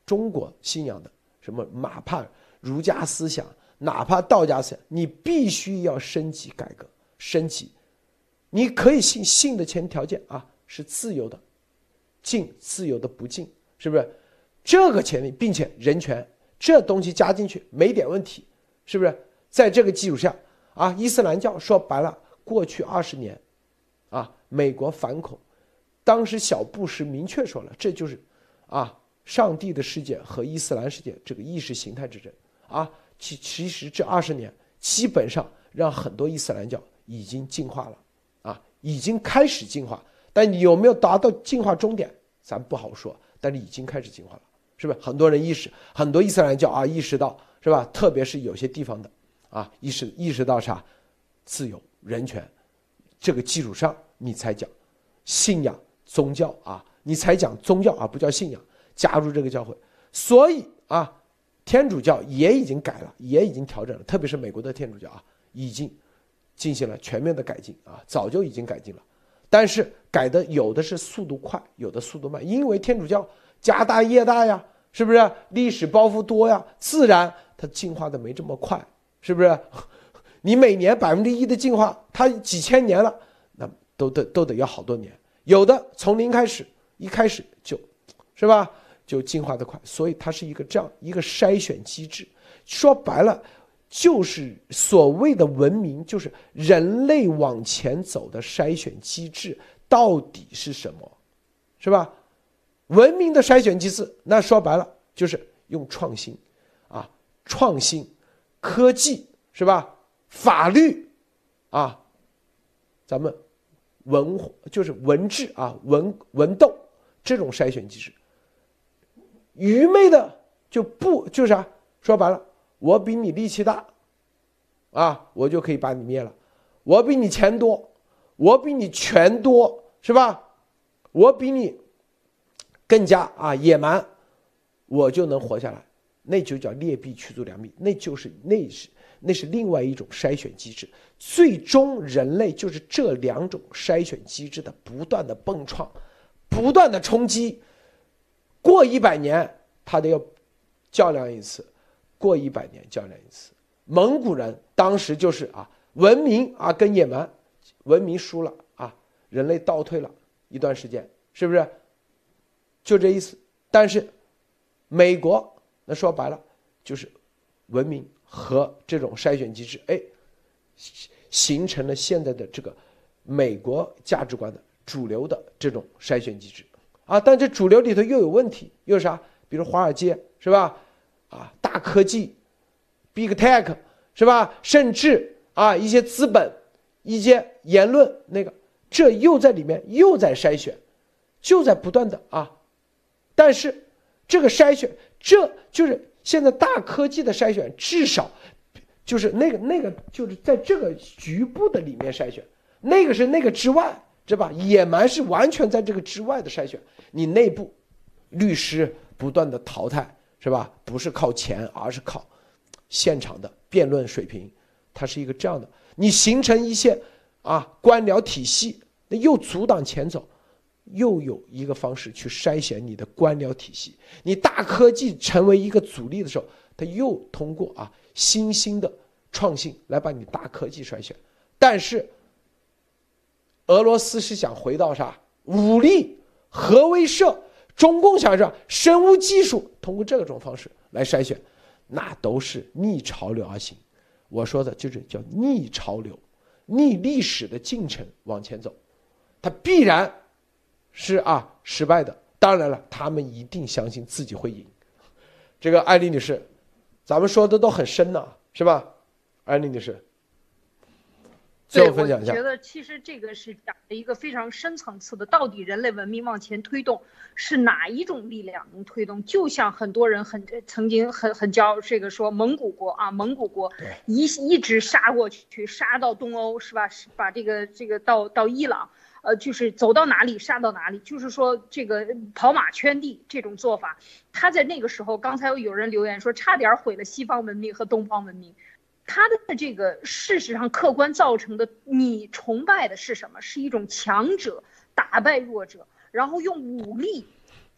中国信仰的什么，哪怕儒家思想，哪怕道家思想，你必须要升级改革，升级。你可以信，信的前提条件啊是自由的，进自由的不进，是不是？这个前提，并且人权这东西加进去没点问题，是不是？在这个基础上啊，伊斯兰教说白了，过去二十年啊，美国反恐，当时小布什明确说了，这就是啊上帝的世界和伊斯兰世界这个意识形态之争啊。其其实这二十年基本上让很多伊斯兰教已经进化了啊，已经开始进化，但你有没有达到进化终点，咱不好说，但是已经开始进化了，是不是？很多人意识，很多伊斯兰教啊意识到，是吧？特别是有些地方的啊，意识意识到啥？自由、人权，这个基础上你才讲信仰、宗教啊，你才讲宗教啊，不叫信仰，加入这个教会。所以啊，天主教也已经改了，也已经调整了，特别是美国的天主教啊，已经进行了全面的改进啊，早就已经改进了。但是改的有的是速度快，有的速度慢，因为天主教家大业大呀，是不是？历史包袱多呀，自然它进化的没这么快，是不是？你每年百分之一的进化，它几千年了，那都得都得要好多年。有的从零开始，一开始就，是吧？就进化的快，所以它是一个这样一个筛选机制。说白了，就是所谓的文明，就是人类往前走的筛选机制到底是什么，是吧？文明的筛选机制，那说白了就是用创新，啊，创新、科技，是吧？法律，啊，咱们文就是文治啊，文文斗这种筛选机制。愚昧的就不就是啥？说白了，我比你力气大，啊，我就可以把你灭了。我比你钱多，我比你权多，是吧？我比你更加啊野蛮，我就能活下来。那就叫劣币驱逐良币，那就是那是那是另外一种筛选机制。最终人类就是这两种筛选机制的不断的蹦创，不断的冲击。过一百年，他得要较量一次；过一百年较量一次。蒙古人当时就是啊，文明啊跟野蛮，文明输了啊，人类倒退了一段时间，是不是？就这意思。但是美国那说白了就是文明和这种筛选机制，哎，形成了现在的这个美国价值观的主流的这种筛选机制。啊，但这主流里头又有问题，又是啥？比如华尔街，是吧？啊，大科技 ，big tech， 是吧？甚至啊，一些资本，一些言论，那个，这又在里面又在筛选，就在不断的啊。但是这个筛选，这就是现在大科技的筛选，至少就是那个那个就是在这个局部的里面筛选，那个是那个之外。是吧？野蛮是完全在这个之外的筛选，你内部律师不断的淘汰，是吧？不是靠钱，而是靠现场的辩论水平，它是一个这样的。你形成一些啊官僚体系，那又阻挡前走，又有一个方式去筛选你的官僚体系。你大科技成为一个阻力的时候，它又通过啊新兴的创新来把你大科技筛选，但是。俄罗斯是想回到啥？武力、核威慑，中共想是生物技术，通过这种方式来筛选，那都是逆潮流而行。我说的就是叫逆潮流，逆历史的进程往前走，它必然是啊失败的。当然了，他们一定相信自己会赢。这个艾丽女士，咱们说的都很深呢，是吧？艾丽女士。 对，我觉得其实这个是讲的一个非常深层次的，到底人类文明往前推动是哪一种力量能推动？就像很多人很曾经很很骄傲这个说蒙古国啊，蒙古国一一直杀过去，杀到东欧是吧？把这个这个到到伊朗，呃，就是走到哪里杀到哪里，就是说这个跑马圈地这种做法，他在那个时候，刚才有人留言说差点毁了西方文明和东方文明。他的这个事实上客观造成的，你崇拜的是什么？是一种强者打败弱者，然后用武力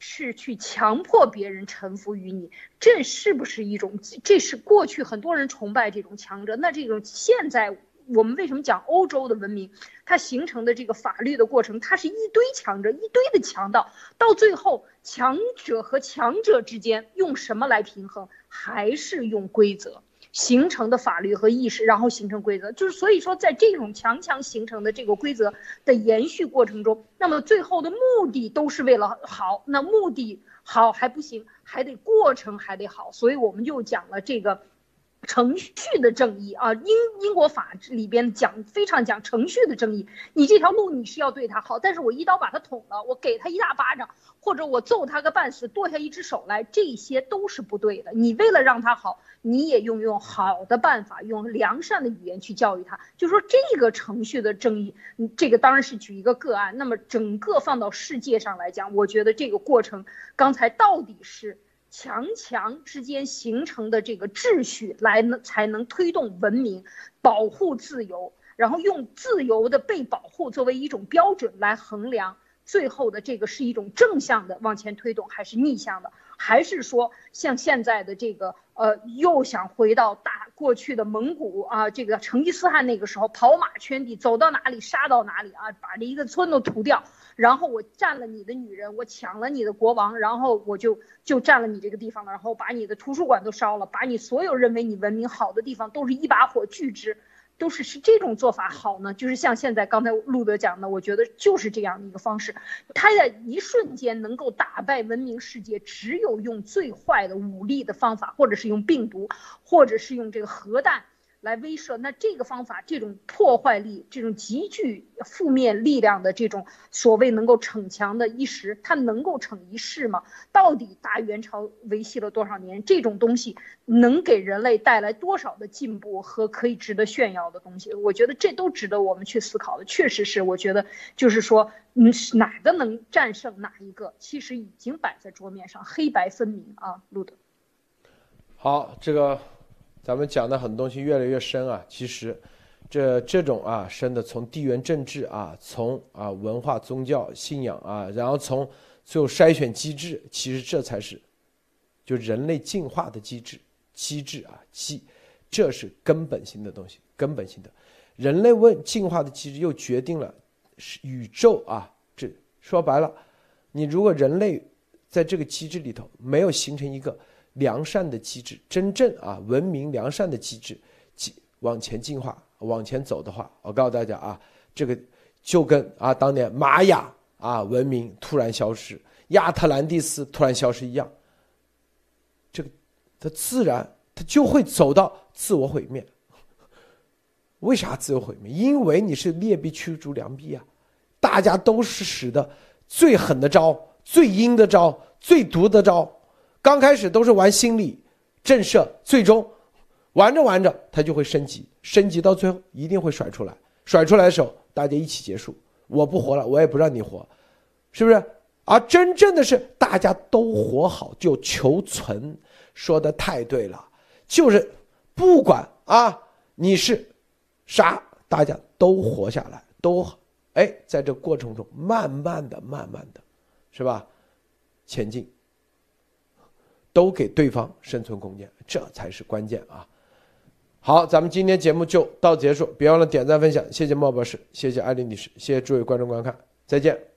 是去强迫别人臣服于你，这是不是一种？这是过去很多人崇拜这种强者，那这种现在我们为什么讲欧洲的文明，它形成的这个法律的过程，它是一堆强者，一堆的强盗，到最后强者和强者之间用什么来平衡？还是用规则形成的法律和意识，然后形成规则。就是所以说，在这种强强形成的这个规则的延续过程中，那么最后的目的都是为了好，那目的好还不行，还得过程还得好。所以我们就讲了这个程序的正义啊，英英国法里边讲非常讲程序的正义。你这条路你是要对他好，但是我一刀把他捅了，我给他一大巴掌，或者我揍他个半死，剁下一只手来，这些都是不对的。你为了让他好，你也用用好的办法，用良善的语言去教育他。就说这个程序的正义，这个当然是举一个个案。那么整个放到世界上来讲，我觉得这个过程，刚才到底是强强之间形成的这个秩序来能才能推动文明，保护自由，然后用自由的被保护作为一种标准来衡量最后的这个是一种正向的往前推动还是逆向的，还是说像现在的这个呃又想回到大过去的蒙古啊，这个成吉思汗那个时候跑马圈地，走到哪里杀到哪里啊，把这一个村都屠掉，然后我占了你的女人，我抢了你的国王，然后我就就占了你这个地方了，然后把你的图书馆都烧了，把你所有认为你文明好的地方都是一把火炬之，都是是这种做法好呢？就是像现在刚才路德讲的，我觉得就是这样的一个方式，他在一瞬间能够打败文明世界，只有用最坏的武力的方法，或者是用病毒，或者是用这个核弹来威慑。那这个方法，这种破坏力，这种极具负面力量的这种所谓能够逞强的一时，它能够逞一世吗？到底大元朝维系了多少年？这种东西能给人类带来多少的进步和可以值得炫耀的东西？我觉得这都值得我们去思考的。确实是，我觉得就是说，嗯，哪个能战胜哪一个，其实已经摆在桌面上，黑白分明啊，路德。 好，这个。咱们讲的很多东西越来越深啊，其实这这种啊深的，从地缘政治啊，从啊文化宗教信仰啊，然后从最后筛选机制，其实这才是就人类进化的机制机制啊机，这是根本性的东西，根本性的人类问进化的机制又决定了宇宙啊，这说白了，你如果人类在这个机制里头没有形成一个良善的机制，真正啊文明良善的机制，往前进化往前走的话，我告诉大家啊，这个就跟啊当年玛雅啊文明突然消失，亚特兰蒂斯突然消失一样，这个它自然它就会走到自我毁灭。为啥自我毁灭？因为你是劣币驱逐良币啊，大家都是使的最狠的招，最阴的招，最毒的招。刚开始都是玩心理震慑，最终玩着玩着它就会升级，升级到最后一定会甩出来，甩出来的时候大家一起结束，我不活了，我也不让你活，是不是？而真正的是大家都活好就求存，说的太对了，就是不管啊你是啥，大家都活下来，都哎在这过程中慢慢的慢慢的是吧前进，都给对方生存空间，这才是关键啊！好，咱们今天节目就到结束，别忘了点赞分享，谢谢莫博士，谢谢艾丽女士，谢谢诸位观众观看，再见。